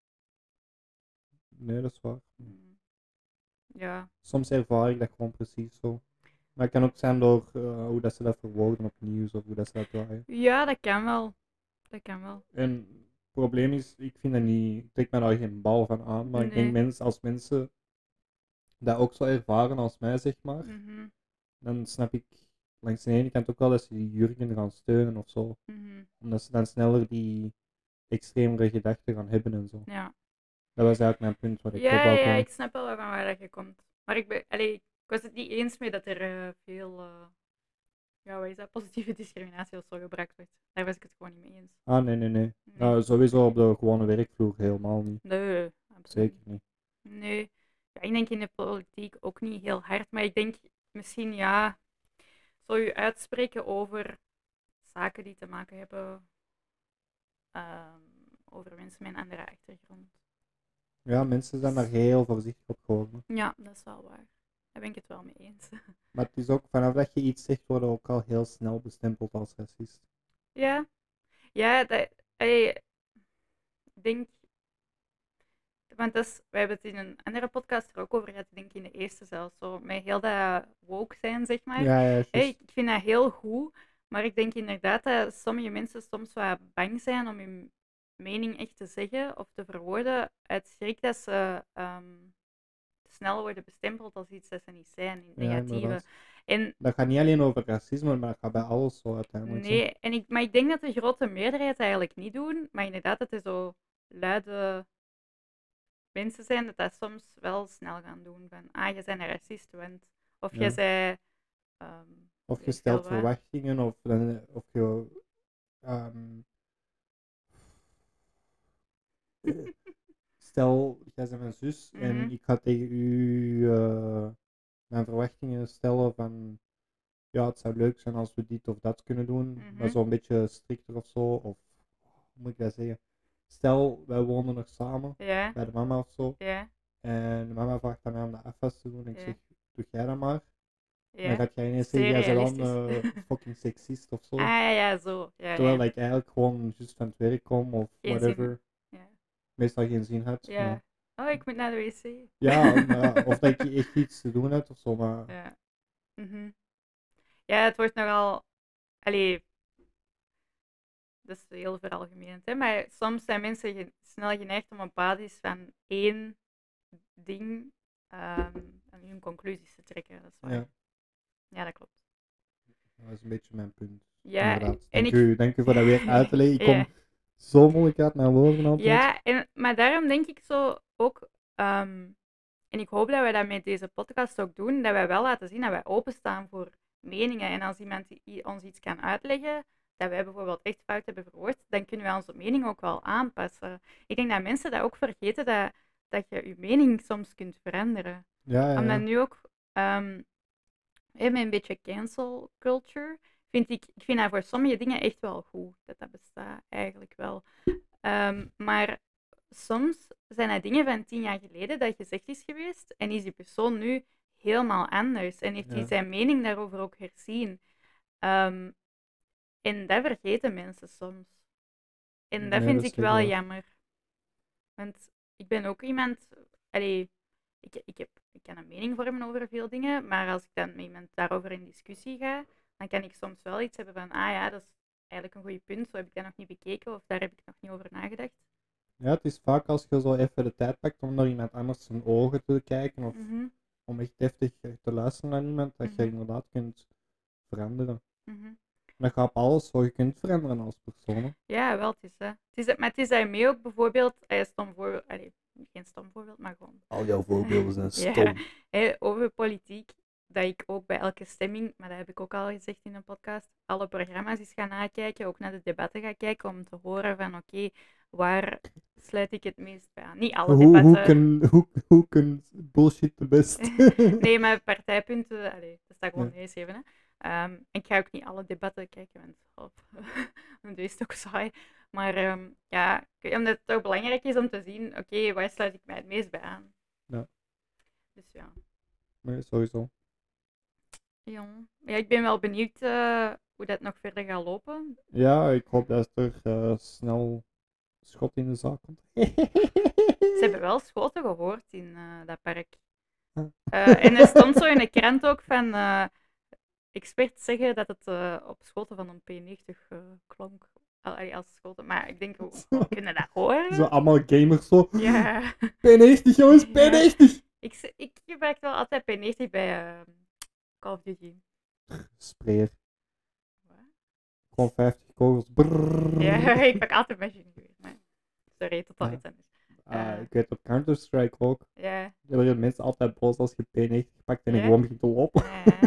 nee, dat is waar. mm, ja. Soms ervaar ik dat gewoon precies zo. Maar het kan ook zijn door eh, hoe dat ze dat verwoorden op nieuws of hoe dat ze dat draaien. Ja, dat kan wel. Dat kan wel. En het probleem is, ik vind dat niet, ik trek me daar geen bal van aan, maar ik denk Nee. mensen, als mensen dat ook zo ervaren als mij, zeg maar, Mhm, dan snap ik langs de ene kant ook wel dat ze die Jurgen gaan steunen of zo. mhm, Omdat ze dan sneller die extremere gedachten gaan hebben en zo. ja. Dat was eigenlijk mijn punt wat ik Ja, op wou ja, komen. ik snap wel van waar dat je komt. Maar ik, ben, allee, ik was het niet eens mee dat er eh, veel... eh, ja, wat is dat? Positieve discriminatie of zo gebruikt wordt. Daar was ik het gewoon niet mee eens. Ah, nee, nee, nee. Nee. Nou, sowieso op de gewone werkvloer helemaal niet. Nee, absoluut. Zeker niet. Nee, ja, ik denk in de politiek ook niet heel hard, maar ik denk misschien ja, zo je uitspreken over zaken die te maken hebben ehm, over mensen met een andere achtergrond. Ja, mensen zijn daar heel voorzichtig op geworden. Ja, dat is wel waar. Daar ben ik het wel mee eens. Maar het is ook, vanaf dat je iets zegt, worden we ook al heel snel bestempeld als racist. Ja, ja, dat, allee, ik denk, want dat is, wij hebben het in een andere podcast er ook over gehad, ik denk in de eerste zelfs, zo met heel dat woke zijn, zeg maar. Ja, ja, Hey, juist. ik vind dat heel goed, maar ik denk inderdaad dat sommige mensen soms wat bang zijn om hun mening echt te zeggen of te verwoorden uit schrik dat ze ehm, snel worden bestempeld als iets dat ze niet zijn, in het Ja, negatieve. inderdaad. En Dat gaat niet alleen over racisme, maar dat gaat bij alles zo uiteindelijk. zo. nee, en ik, maar ik denk dat de grote meerderheid eigenlijk niet doen, maar inderdaad dat er zo luide mensen zijn dat dat soms wel snel gaan doen. Van, ah, je bent een racist, want... Of Ja. je zei... ehm, Of je weet stelt veel wat. verwachtingen, of, dan- of je... ehm, eh, stel, jij bent mijn zus Mhm. en ik ga tegen u eh, mijn verwachtingen stellen van... Ja, het zou leuk zijn als we dit of dat kunnen doen, Mhm. maar zo'n beetje strikter of zo. Of, hoe moet ik dat zeggen? Stel, wij wonen nog samen, Ja, bij de mama of zo. ja, En de mama vraagt aan mij om de afwas te doen. En ik Ja. zeg, doe jij dat maar. En dan ja. gaat jij ineens Zeer zeggen, jij bent dan realistisch. eh, fucking seksist of zo. Ah, ja, ja, zo. Ja, Terwijl ja. ik eigenlijk gewoon juist van het werk kom of Geen whatever. zin. Ja. Meestal geen zin had. Ja. Maar, Oh, ik moet naar de wc. ja, maar, of dat ik echt iets te doen had of zo. Maar Ja. Mhm. Ja, het wordt nogal... Allee, dat is heel veralgemenend, hè. Maar soms zijn mensen ge- snel geneigd om op basis van één ding ehm, aan hun conclusies te trekken. Dat is waar. ja, Ja, dat klopt. dat is een beetje mijn punt. Ja, Inderdaad. en Dank ik... u, dank u voor dat weer uit te leggen. Ik kom Ja. zo moeilijk uit naar woorden altijd. Ja, en, maar daarom denk ik zo ook, ehm, en ik hoop dat wij dat met deze podcast ook doen, dat wij wel laten zien dat wij openstaan voor meningen. En als iemand i- ons iets kan uitleggen, dat wij bijvoorbeeld echt fout hebben verwoord, dan kunnen wij onze mening ook wel aanpassen. Ik denk dat mensen dat ook vergeten, dat, dat je je mening soms kunt veranderen. Ja, ja, Omdat ja. nu ook, ehm, hè, met een beetje cancel culture, vind ik, ik vind dat voor sommige dingen echt wel goed, dat dat bestaat eigenlijk wel. Ehm, maar soms zijn dat dingen van tien jaar geleden dat gezegd is geweest en is die persoon nu helemaal anders en heeft hij Ja. zijn mening daarover ook herzien. Ehm, en dat vergeten mensen soms. En dat Nee, vind dat is ik zeker wel waar. jammer. Want ik ben ook iemand, allee, ik, ik, heb, ik kan een mening vormen over veel dingen, maar als ik dan met iemand daarover in discussie ga, dan kan ik soms wel iets hebben van, ah ja, dat is eigenlijk een goed punt, zo heb ik dat nog niet bekeken of daar heb ik nog niet over nagedacht. Ja, het is vaak als je zo even de tijd pakt om naar iemand anders zijn ogen te kijken of Mhm, om echt deftig te luisteren naar iemand, dat je Mhm. inderdaad kunt veranderen. mhm. En dat gaat op alles zo, je kunt veranderen als persoon. hè. Ja, wel, het is dat. Het is, maar het is daarmee ook bijvoorbeeld, eh, stom voorbeeld, allee, geen stom voorbeeld, maar gewoon Al jouw voorbeelden zijn Ja. stom. hè, over politiek, dat ik ook bij elke stemming, maar dat heb ik ook al gezegd in een podcast, alle programma's eens ga nakijken, ook naar de debatten ga kijken, om te horen van oké, waar sluit ik het meest bij aan? Niet alle Hoe, hoe, debatten. kan, hoe, hoe kan bullshit de best? Nee, maar partijpunten, allee, dat staat gewoon Ja. neergeschreven. Hè. Ehm, ik ga ook niet alle debatten kijken, want oh, dat is toch saai. Maar ehm, ja, ik weet- omdat het toch belangrijk is om te zien, oké, waar sluit ik mij het meest bij aan? Ja. Dus ja. Nee, sowieso. Jong. Ja, ik ben wel benieuwd eh, hoe dat nog verder gaat lopen. Ja, ik hoop dat er eh, snel schot in de zaak komt. Ze hebben wel schoten gehoord in eh, dat park. Ah. Eh, en er stond zo in de krant ook van eh, experts zeggen dat het eh, op schoten van een P negentig eh, klonk. Al- allee, als schoten. Maar ik denk, hoe, hoe kunnen dat horen? Zo allemaal gamers zo. Ja. P negentig jongens, P Ja. negentig! Ik, z- ik gebruik wel altijd P negentig bij eh, Call of Duty. Sprayer. Wat? Gewoon vijftig kogels. Brrrr. Ja, ik pak altijd machinegeweer. Maar sorry, totaal Ja. iets anders. Ah, Eh. ik weet op Counter-Strike ook. Ja. Er worden mensen altijd boos als je P negentig pakt en je Ja? gewoon begint te lopen. Ja.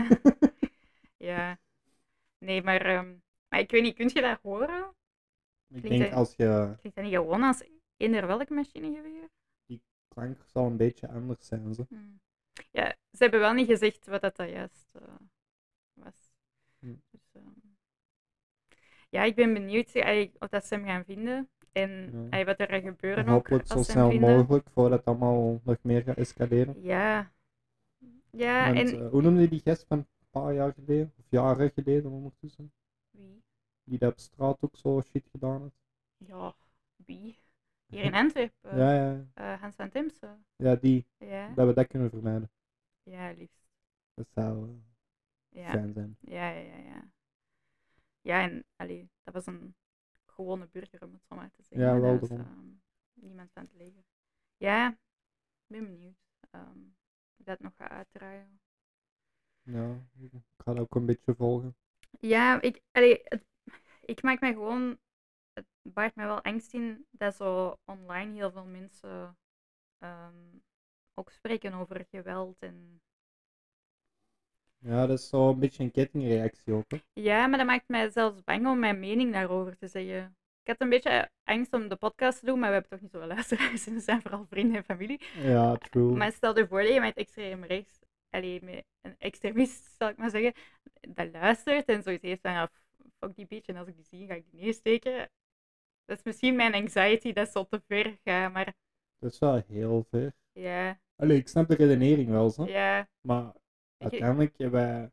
Ja. Nee, maar, ehm, maar ik weet niet, kun je dat horen? Ik Klinkt denk dat- als je... Klinkt dat niet gewoon als eender welk machinegeweer? klank zal een beetje anders zijn. Zo. Hmm. Ja, ze hebben wel niet gezegd wat dat, dat juist uh, was. Hmm. Dus, um, ja, ik ben benieuwd uh, of dat ze hem gaan vinden en Ja. uh, wat er gaat gebeuren Hopelijk ook zo als ze hem snel vinden. mogelijk, voordat het allemaal nog meer gaat escaleren. Ja. Ja, Want, en... uh, hoe noemde je die gast van een paar jaar geleden? Of jaren geleden ondertussen? Wie? Die dat op straat ook zo shit gedaan heeft. Ja, wie? Hier in Antwerpen? Ja, ja. Uh, Hans van Temse. Ja, die. Ja. Dat we dat kunnen vermijden. Ja, liefst. Dat zou uh, Ja. fijn zijn. Ja, ja, ja, ja. Ja, en allee, dat was een gewone burger, om het zo maar te zeggen. Ja, hè. wel Dat was daarom. um, niemand van het leger. Ja, ik ben benieuwd um, hoe dat nog gaat uitdraaien. Ja, ik ga dat ook een beetje volgen. Ja, ik, allee, het, ik maak mij gewoon... Het baart mij wel angst in dat zo online heel veel mensen um, ook spreken over geweld en... Ja, dat is zo een beetje een kettingreactie ook. Hè? Ja, maar dat maakt mij zelfs bang om mijn mening daarover te zeggen. Ik had een beetje angst om de podcast te doen, maar we hebben toch niet zoveel luisteraars en we zijn vooral vrienden en familie. Ja, true. Maar stel je voor dat je met extreem rechts, allee, met een extremist, zal ik maar zeggen, dat luistert en zoiets heeft van, ja, fuck die bitch, en als ik die zie, ga ik die neersteken. Dat is misschien mijn anxiety dat zo te ver gaat, maar... Dat is wel heel ver. Ja. Allee, ik snap de redenering wel, zo. Ja. Maar uiteindelijk hebben wij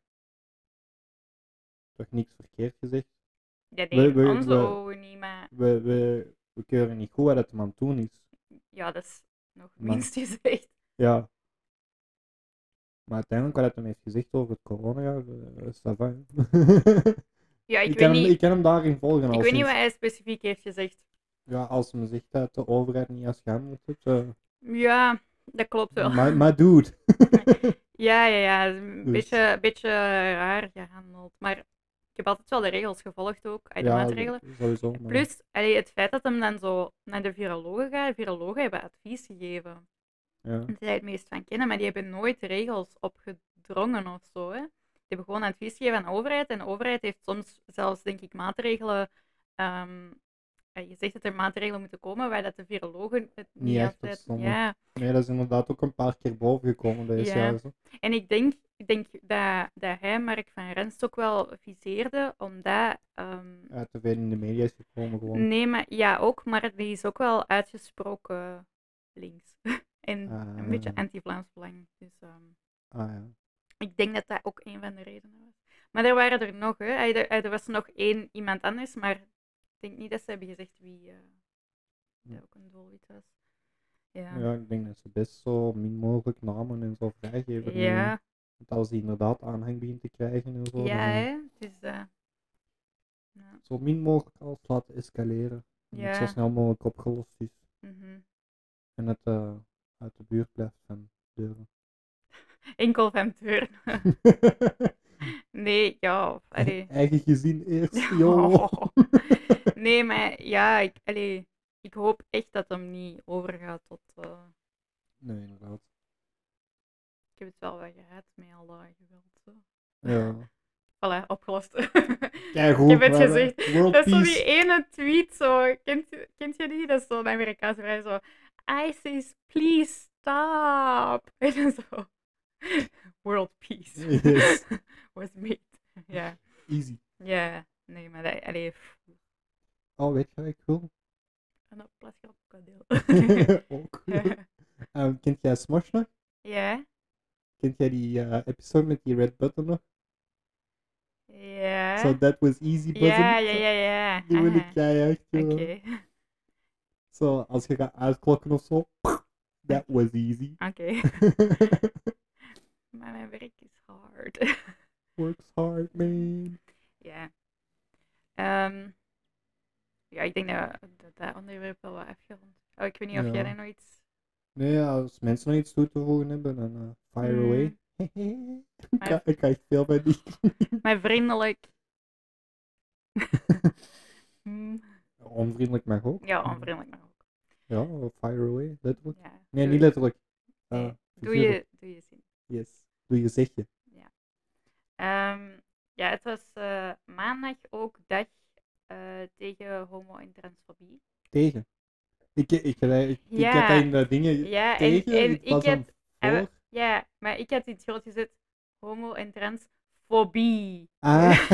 toch niks verkeerd gezegd. Ja, nee, we, we, onze we, ogen niet, maar... We, we, we keuren niet goed wat het hem aan het doen is. Ja, dat is nog Maar- minst gezegd. Ja. Maar uiteindelijk wat het hem heeft gezegd over het corona, uh, is dat fijn. Ja, ik, ik, weet kan hem, niet, ik kan hem daarin volgen. ik Als weet niet sinds- wat hij specifiek heeft gezegd. Ja, als hem zegt dat de overheid niet als gehandeld heeft. Uh, Ja, dat klopt wel. maar, maar dude. Ja, ja, ja. Het is Een Dus- beetje, beetje raar gehandeld. Maar ik heb altijd wel de regels gevolgd ook, uit de ja, maatregelen. sowieso. Maar... Plus, allee, het feit dat hem dan zo naar de virologen gaat, virologen hebben advies gegeven. Ja. Die zij het meest van kennen, maar die hebben nooit regels opgedrongen of zo. Hè. Die hebben gewoon advies gegeven aan de overheid. En de overheid heeft soms zelfs, denk ik, maatregelen... Um, je zegt dat er maatregelen moeten komen waar dat de virologen het niet, Niet echt altijd... op stonden. Ja. Nee, dat is inderdaad ook een paar keer boven gekomen deze Ja. jaar. Zo. En ik denk, ik denk dat, dat hij Mark van Renst ook wel viseerde, omdat... Um, Ja, te veel in de media is gekomen gewoon. nee, maar ja, ook, maar die is ook wel uitgesproken links. en Ah. een beetje anti-Vlaams Belang. Dus um, Ah ja. ik denk dat dat ook een van de redenen was. Maar er waren er nog, hè. Er, er was nog één iemand anders, maar ik denk niet dat ze hebben gezegd wie uh, dat ook een doelwit was. Ja. Ja, ik denk dat ze best zo min mogelijk namen en zo vrijgeven. nu. Ja, Want als die inderdaad aanhang begint te krijgen en zo, ja, dan hè. Dus, uh, ja. zo min mogelijk alles laten escaleren. En Ja. het zo snel mogelijk opgelost is. Mhm. En het uh, uit de buurt blijft van deuren. Enkel van deur. Nee, ja. Allee. Eigen gezin eerst, joh. Nee, maar ja, ik, allee, ik hoop echt dat hem niet overgaat tot... Uh... Nee, inderdaad. Ik heb het wel wel gehad met al dat geweld. Zo. Ja. Voilà, opgelost. Kijk goed. Ik heb het maar, gezegd. World Dat is zo peace. die ene tweet, zo. Kent, kent je die? Dat is zo'n Amerikaanse vrij zo... ISIS, please stop. En dan zo... World peace. Yes. Was made. Ja. Easy. Ja. Nee, maar dat... Allee... Oh, weet je wat ik wil? Een plasje op kadeel. Ook. um, kent jij Smosh nog? Ja. Kent jij die uh, episode met die red button nog? Ja. So that was easy button. Ja, ja, ja, ja. Die wil ik Aha. keihard. Oké. joh. Okay. Zo, als je gaat uitklokken of zo. That was easy. Oké. Okay. Maar mijn werk is hard. Works hard, man. Ja. Um, ja, ik denk dat dat, dat onderwerp wel wat afgerond. Oh, ik weet niet of Ja. jij daar nog iets... Nee, ja, als mensen nog iets toe te voegen hebben, dan uh, fire Mm. away. ik, kan, ik kan echt veel bij die. Maar vriendelijk. Hmm. Onvriendelijk mag ook. Ja, onvriendelijk maar ook. Ja, fire away, letterlijk. Ja. Nee, Doe- niet letterlijk. Uh, Nee. Doe figuurlijk. je, doe je zin. Yes. Doe je zegje. Um, ja, het was uh, maandag ook dag uh, tegen homo- en transfobie. Tegen. Ik, ik, ik, ik, ik Ja. had dat in de dingen Ja, en, tegen, en ik ik was heb... aan en voor. we- Ja, maar ik had iets groot gezet. Homo en transfobie. Ah.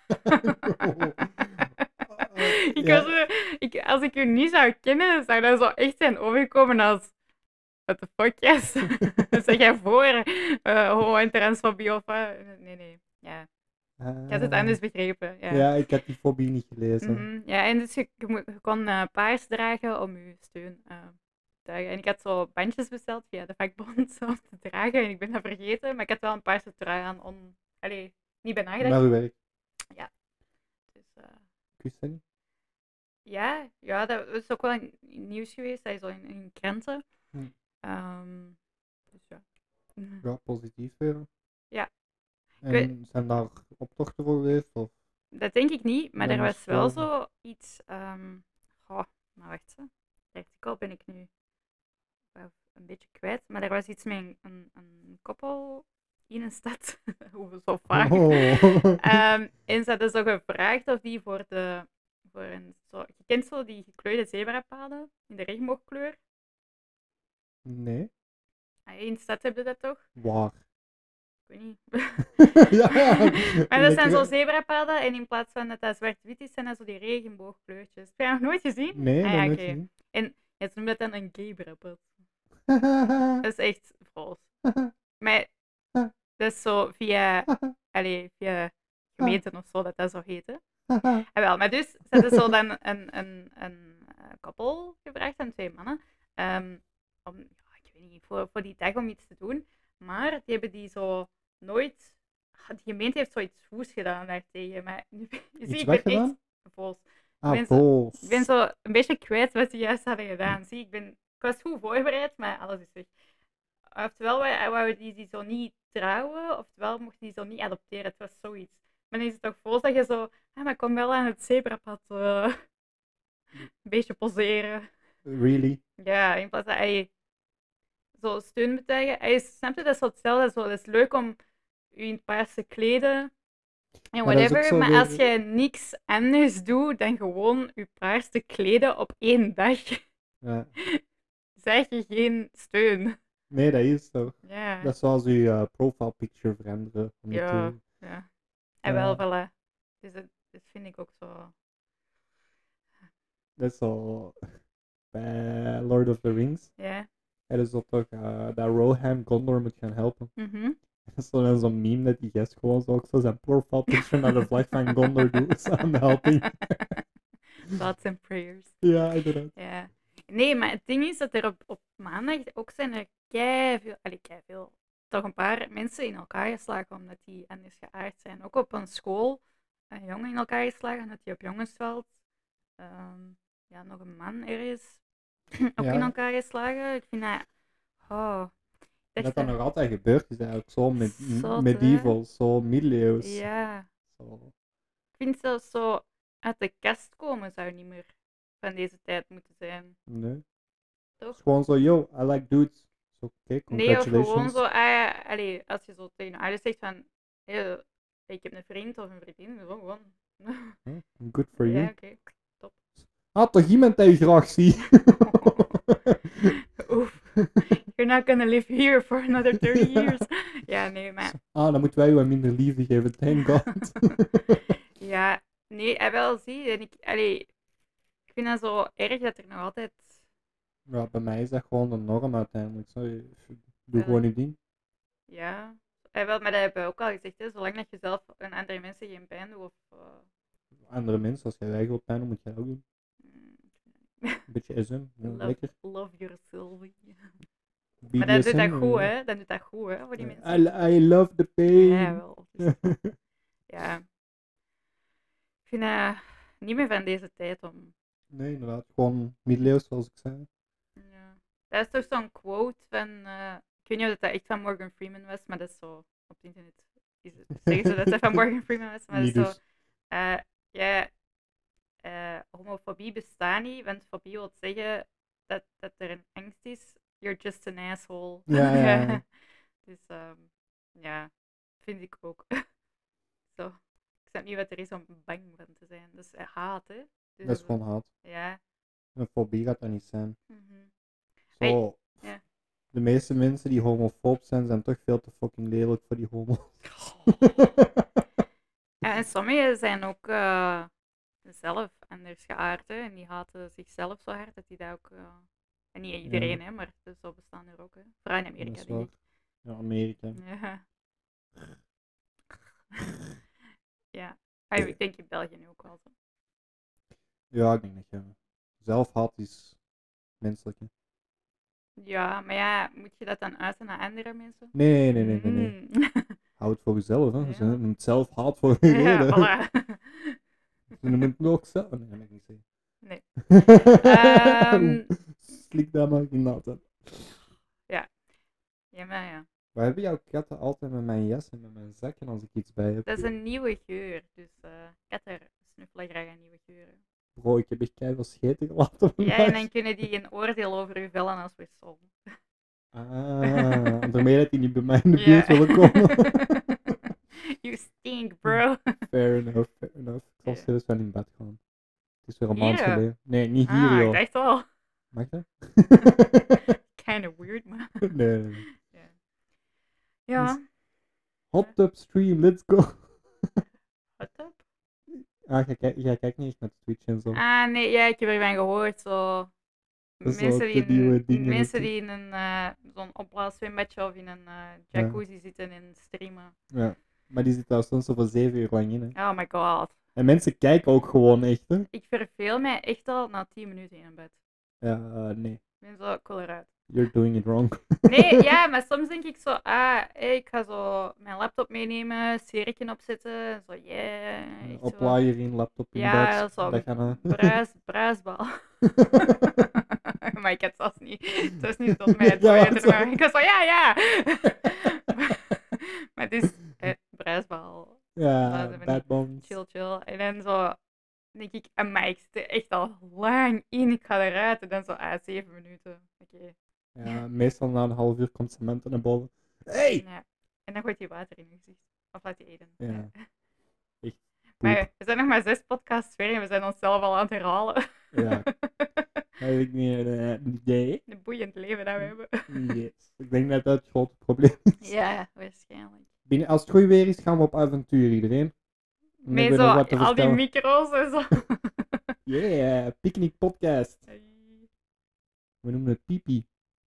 ik Ja. was, zo- ik, als ik u niet zou kennen, zou dat zo echt zijn overgekomen als... What the fuck, yes? Zeg jij voor eh homo en transfobie of wat? Nee, nee. Ja. Ik had het Ah. anders begrepen. Ja. Ja, ik had die fobie niet gelezen. Mhm. Ja, en dus je, je, moet- je kon eh, paars dragen om je steun eh, te dragen. En ik had zo bandjes besteld via de vakbond om te dragen. En ik ben dat vergeten, maar ik had wel een paarse trui aan om... Allee, niet bij nagedacht. Naar uw werk. Dus, eh, Ik wist dat niet. ja, ja, dat is ook wel in, in nieuws geweest. Dat is al in, in kranten. Hm. Ehm, dus ja. Ja, positief weer. Ja. En weet- zijn daar optochten voor geweest? Of? Dat denk ik niet, maar er Dan is was wel het zo iets... ehm goh, nou wacht ze. Het artikel ben ik nu wel een beetje kwijt, maar er was iets met een, een, een koppel in een stad, hoe zo vaak. Oh. Ehm, en ze hadden zo gevraagd of die voor de... Voor een, zo, je kent zo die gekleurde zebrapaden in de regenboogkleur. Nee. Ah, in de stad hebben dat toch? Waar? Ik weet niet. Ja, Maar dat zijn lekker- zo zebrapaden en in plaats van dat dat zwart-wit is, zijn dat zo die regenboogkleurtjes. Heb je dat nog nooit gezien? Nee, Ah, dat ja, nooit oké. gezien. Ja, ze noemen dat dan een gaybrapad. Dat is echt vals. Maar dat is zo via, allee, via gemeenten of zo dat dat zo heet. Hè? Ah, wel, maar dus ze hadden zo dan een, een, een, eh, koppel gevraagd aan twee mannen. ehm, om, ja, ik weet niet, voor, voor die dag om iets te doen. Maar die hebben die zo nooit... ah, De gemeente heeft zoiets goeds gedaan daartegen. Maar nu, je ziet, Iets ik wat ben echt gedaan? vals. Ah, ben zo- vals. Ik ben zo een beetje kwijt wat die juist hadden gedaan. Zie, ik, ben, ik was goed voorbereid, maar alles is weg. Oftewel wou- wouden die, die zo niet trouwen, oftewel mochten die zo niet adopteren. Het was zoiets. Maar dan is het toch vol dat je zo... Ah, maar ik kom wel aan het zebrapad eh, een beetje poseren. Really? Ja, in plaats van... Ey, zo steun betuigen. Ey, snap je, dat is zo hetzelfde. Zo, dat is leuk om je in het paars te kleden. En Maar dat is ook whatever. zo Maar weer- als je niks anders doet dan gewoon je paars te kleden op één dag, Ja. zeg je geen steun. Nee, dat is toch. Ja. Dat is zoals je eh, profile picture veranderen. Om het Ja. te- Ja. En wel, Ja. voilà. Dus dat, dat vind ik ook zo... Dat is zo... Bij Lord of the Rings. Ja. Er is zo toch eh, dat Rohan Gondor moet gaan helpen. Mhm. Dat is zo dan zo'n meme dat die gast gewoon zo ook zo zijn profile picture naar de vlag van Gondor doet. Aan de helping. Thoughts and prayers. Ja, inderdaad. Ja. Nee, maar het ding is dat er op, op maandag ook zijn er keiveel, allee, keiveel, toch een paar mensen in elkaar geslagen omdat die anders geaard zijn. Ook op een school, een jongen in elkaar geslagen omdat hij op jongensveld, ehm, ja, nog een man er is, ook Ja. in elkaar geslagen. Ik vind dat, oh, ik Dat dacht dat nog altijd gebeurt, is eigenlijk zo met, Zot, hè? medieval, zo middeleeuws. ja, Zo. ik vind zelfs zo uit de kast komen zou niet meer van deze tijd moeten zijn. Nee. Het Toch? is gewoon zo, yo, I like dudes. Zo, oké, Nee, of congratulations. gewoon zo, ah, ja, allee, als je zo tegen je ouders zegt van, hey, ik heb een vriend of een vriendin, zo gewoon. Hm, good for you. Ja, oké. Ah, toch iemand dat je graag ziet. Oef. You're not gonna live here for another thirty years. Ja, nee, maar... Ah, dan moeten wij je wat minder liefde geven, thank god. Ja, nee, hij wel zie. En ik, allee, ik vind dat zo erg dat er nog altijd... Ja, bij mij is dat gewoon de norm uiteindelijk. Zo, je- doe Ja. gewoon je ding. Ja, hij wel, maar dat hebben we ook al gezegd, hè. Zolang dat je zelf en andere mensen geen pijn doet of... uh, Andere mensen, als jij eigen pijn doet, moet jij dat ook doen. mm, Een beetje S M, ja, love, lekker. love yourself. B D S M, Maar dat doet dat goed, eh, hè? Dat doet dat goed, hè, voor die I, mensen. I love the pain. Ja, wel. Dus, ja. Ik vind dat niet meer van deze tijd om... Nee, inderdaad. Gewoon middeleeuws, zoals ik zei. Ja. Dat is toch zo'n quote van... eh, ik weet niet of dat echt van Morgan Freeman was, maar dat is zo... Op het internet is het, zeggen ze dat dat van Morgan Freeman was, maar Niet dat is zo... dus. eh, ja, eh, homofobie bestaat niet, want fobie wil zeggen dat, dat er een angst is. You're just an asshole. Ja, ja, ja. Dus ehm, ja, vind ik ook. Zo. Ik snap niet wat er is om bang van te zijn. Dat is eh, haat, hè? Dus Dat is gewoon haat. Ja. Een fobie gaat dat niet zijn. Mhm. Zo, ja. de meeste mensen die homofoob zijn, zijn toch veel te fucking lelijk voor die homo's. Ja, en sommigen zijn ook eh, zelf anders geaard, hè, en die haten zichzelf zo hard dat die dat ook... eh, en niet iedereen, Ja. hè, maar dus zo bestaan er ook, hè. Vooral in Dat Amerika, is denk waar. ik. Ja, Amerika. Ja. ja. Ah, ik denk in België nu ook wel zo. Ja, ik denk dat je zelfhaat is menselijk. Hè. Ja, maar ja, moet je dat dan uiten naar andere mensen? Nee, nee, nee, nee, nee. Mm. Hou het voor jezelf, hè. Ja. Ze noemen het zelfhaat voor een ja, reden. voilà. Ze noemen het ook zelf. Nee, dat mag ik niet zeggen. Nee. Ehm. Slik daar maar in naad. ja. Ja, maar ja. Waar hebben jouw katten altijd met mijn jas en met mijn zakken als ik iets bij heb? Dat is een nieuwe geur, dus eh katten snuffelen graag aan nieuwe geuren. Bro, ik heb echt keihard scheten gelaten Ja, vandaag. en dan kunnen die een oordeel over u vellen als we zon. Ah, daarmee dat die niet bij mij in de Ja. buurt willen komen. you stink, bro. Fair enough, fair enough. Ik zal Ja. zelfs wel in bed gaan. Het is weer een Hier, maand hè? geleden. Nee, niet hier, ah, joh. ik dacht al. Mag dat? Kind of weird, man. nee, nee, nee. ja. ja. Hot tub stream, let's go. Wat up? Ah, jij kijkt, jij kijkt niet echt met Twitch en zo. Ah, nee, ja, ik heb ervan gehoord. Zo. Dat is Mensen zo die, de nieuwe in, dingen mensen natuurlijk. die in een, eh, zo'n opblaaszwembadje of in een eh, jacuzzi zitten en streamen. Ja. Maar die zit daar soms zo voor zeven uur lang in, hè. Oh my god. En mensen kijken ook gewoon echt, hè. Ik verveel mij echt al na tien minuten in een bed. Ja, uh, nee. Ik ben zo cool eruit. You're doing it wrong. Nee, ja, maar soms denk ik zo, ah, hey, ik ga zo mijn laptop meenemen, serietje opzetten, zo, yeah. echt zo. Oplaaier in, laptop in Ja, bed. zo, Dat gaan we. bruis, bruisbal. maar ik had zelfs niet, het was niet tot mij het Ja, verwijderen, zo. maar ik was zo, ja, ja. maar het is eh, bruisbal, Ja, Laten we bad niet bones. chill, chill. En dan zo denk ik, amai, ik zit er echt al lang in, ik ga eruit. En dan zo, ah, zeven minuten, oké. Ja, meestal na een half uur komt Samantha naar boven. Hey! Ja. En dan gooit hij water in je gezicht. Of laat je eten. Ja. Echt Maar we zijn nog maar zes podcasts ver en we zijn onszelf al aan het herhalen. Ja. Heb ik niet een uh, idee? Een boeiend leven dat we hebben. Yes. Ik denk dat dat het grote probleem is. Ja, waarschijnlijk. Binnen, als het goed weer is, gaan we op avontuur, iedereen. Dan Met hebben we zo, nog wat te al die vertellen. micro's en zo. Yeah, Picnic Podcast. We noemen het Pipi.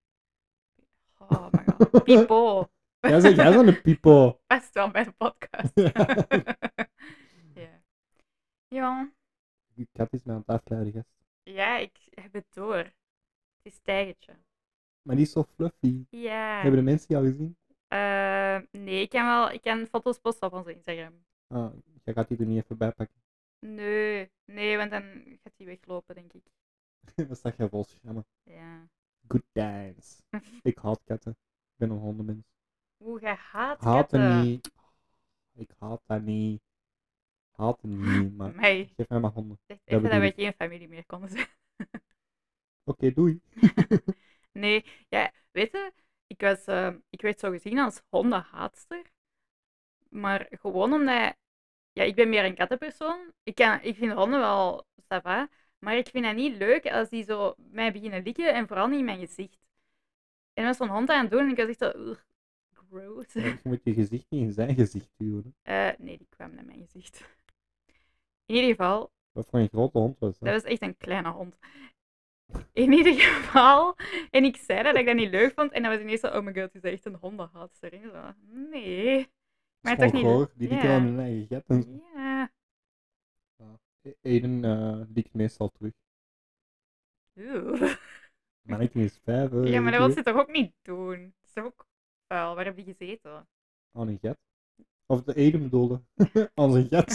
Oh my god. Pipo. Jij zegt, jij bent een pipo. Best wel bij de podcast. Ja. ja. Ja. Die kat is mij aan het afleiden, gast. Ja, ik heb het door. Het is tijgertje. Maar die is zo fluffy. Ja. Hebben de mensen die al gezien? Eh, nee, ik kan wel ik kan foto's posten op onze Instagram. Ah, jij gaat die er niet even bij pakken. Nee, nee, want dan gaat hij weglopen, denk ik. Dan sta jij vol schermen. Ja. Good times. Ik haat katten. Ik ben een hondenmens. Hoe jij haat Haat katten. hem niet. Ik haat dat niet. Haat hem niet, maar Mij. geef mij maar honden. Echt Dat even dat bedoel we geen familie meer konden zijn. Oké, doei. nee, ja, weet je, ik, was, eh, ik werd zo gezien als hondenhaatster. Maar gewoon omdat, ja, ik ben meer een kattenpersoon. Ik, kan, ik vind honden wel ça va, maar ik vind het niet leuk als die zo mij beginnen likken en vooral niet in mijn gezicht. En dan was zo'n hond aan het doen en ik was echt zo, ugh, gross. Ja, je moet je gezicht niet in zijn gezicht duwen. Eh, nee, die kwam naar mijn gezicht. In ieder geval, Wat voor een grote hond was dat? dat was echt een kleine hond. In ieder geval, en ik zei dat ik dat niet leuk vond en dan was ineens zo, oh my god, is dat echt een hondenhaatster? En ik zo, nee. Maar Dat is toch gewoon niet. goor. Die ja. likken aan hun eigen gat. en zo. Ja. Eden uh, likt meestal terug. Oeh. Maar ik is vijf. hè, Ja, maar dat weet wil je. ze toch ook niet doen? Dat is toch ook vuil? Waar heb je gezeten? Aan een gat. Of de Eden bedoelde. Aan zijn gat.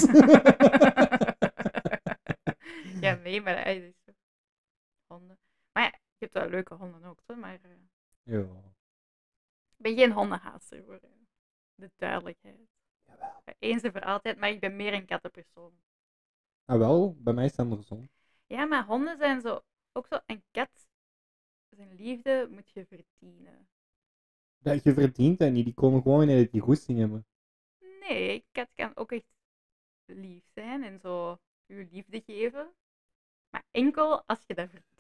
ja, nee, maar dat is toch honden. Maar ja, je hebt wel leuke honden ook, toch? Maar uh, Ja. ik ben geen hondenhaatster voor uh, de duidelijkheid. Jawel. Eens en voor altijd, maar ik ben meer een kattenpersoon. Ah wel, bij mij is het andersom. Ja, maar honden zijn zo, ook zo, een kat, zijn liefde moet je verdienen. Dat je verdient dat niet, die komen gewoon in dat die goesting hebben. Nee, een kat kan ook echt lief zijn en zo je liefde geven. Maar enkel als je dat verdient.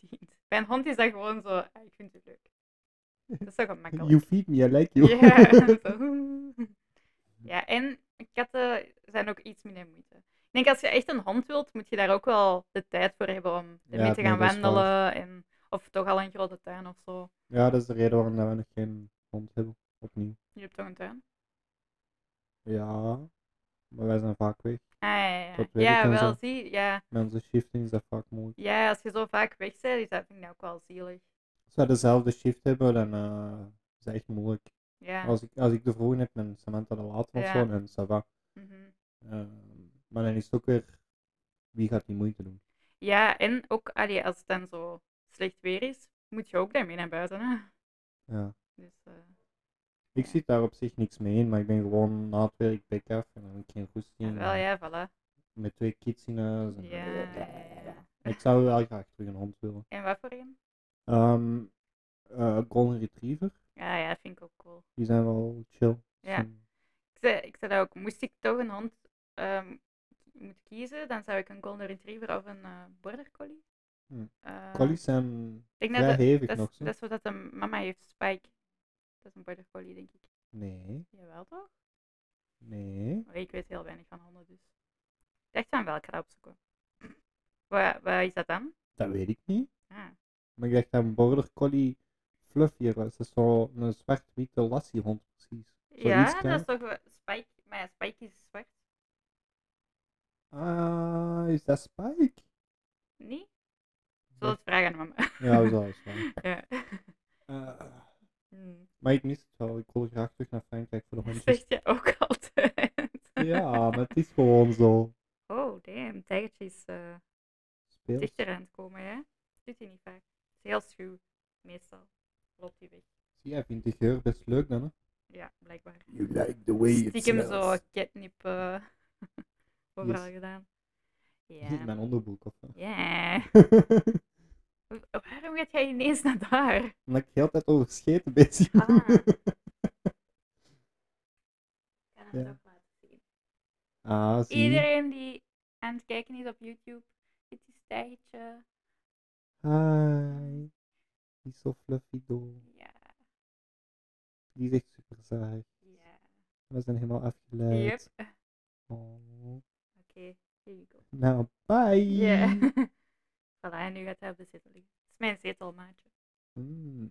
verdient. Bij een hond is dat gewoon zo, ah, ik vind het leuk. Dat is toch gemakkelijk. You feed me, I like you. Ja, zo. Ja, en katten zijn ook iets minder moeite. Ik denk als je echt een hond wilt, moet je daar ook wel de tijd voor hebben om ermee Ja, te nee, gaan dat is waar. wandelen. En, of toch al een grote tuin of zo. Ja, dat is de reden waarom dat we nog geen hond hebben. Opnieuw. Je hebt toch een tuin? Ja, maar wij zijn vaak weg. Ah, ja, ja. Dat weet Ja, ik en wel, zo. zie. Ja. Met onze shifting is dat vaak moeilijk. Ja, als je zo vaak weg bent, is dat, vind ik dat ook wel zielig. Als wij dezelfde shift hebben, dan eh, is dat echt moeilijk. Ja. Als ik, als ik de vroege heb met Samantha de later of Ja. zo, en ça va. Mhm. Eh, maar dan is het ook weer, wie gaat die moeite doen? Ja, en ook allee, als het dan zo slecht weer is, moet je ook daarmee naar buiten. Hè? Ja. Dus, eh, Ik Ja. zit daar op zich niks mee in, maar ik ben gewoon na het werk bek af en dan heb ik geen ja, goesting. wel, ja, voilà. Met twee kids in huis. En, Ja, ja, ja. Ik zou wel graag terug een hond willen. En wat voor een? Ehm eh, Golden Retriever, Ja, ja, dat vind ik ook cool. die zijn wel chill. Ja. Zijn- Ik zei, ik zei dat ook, moest ik toch een hond ehm, moeten kiezen, dan zou ik een Golden Retriever of een eh, Border Collie. Hm. Eh, Collies zijn ik denk vrij dat, dat, hevig dat, nog is, zo. dat is wat dat de mama heeft, Spike. Dat is een Border Collie, denk ik. Nee, Jawel toch? nee. Maar ik weet heel weinig van honden, dus. Ik dacht van wel, ik ga dat opzoeken. Wat, wat is dat dan? Dat weet ik niet. Ah. Maar ik dacht dat een Border Collie fluffier was. Dat is zo een zwart-witte lassiehond precies. Zo iets Ja, dat klein. is toch wel- Spike, maar ja, Spike is zwart. Ah, is dat Spike? Nee? Zullen we het vragen aan mama? Ja, dat is wel waar. Ja. Eh, Hmm. maar ik mis het wel. Ik wil graag terug naar Frankrijk voor de Dat hondjes. zeg je ook altijd. Ja, maar het is gewoon zo. Oh, damn. Tijgertje is eh, Speels. dichter aan het komen, hè? Doet hij niet vaak. Het is heel schuw, meestal. Loopt hij weg. Zie, jij vindt die geur best leuk dan, hè? Ja, blijkbaar. You like the way it Stiekem zo smells. catnip eh overal Yes. gedaan. In Ja. mijn onderbroek, of wat? Ja. Wa- Waarom gaat jij ineens naar daar? Omdat ik de hele tijd over scheten bezig ben. Ah. Ik kan hem Ja. toch laten zien. Ah, zie. Iedereen die aan het kijken is op YouTube, dit is Tijgertje. Hi. Die is zo fluffy door. Ja, Die is echt super saai. ja. We zijn helemaal afgeleid. Yep. Oh. Oké, here you go. Nou, bye. Ja. Voilà, en nu gaat hij op de zetel liggen. Het is mijn zetelmaatje. Mm,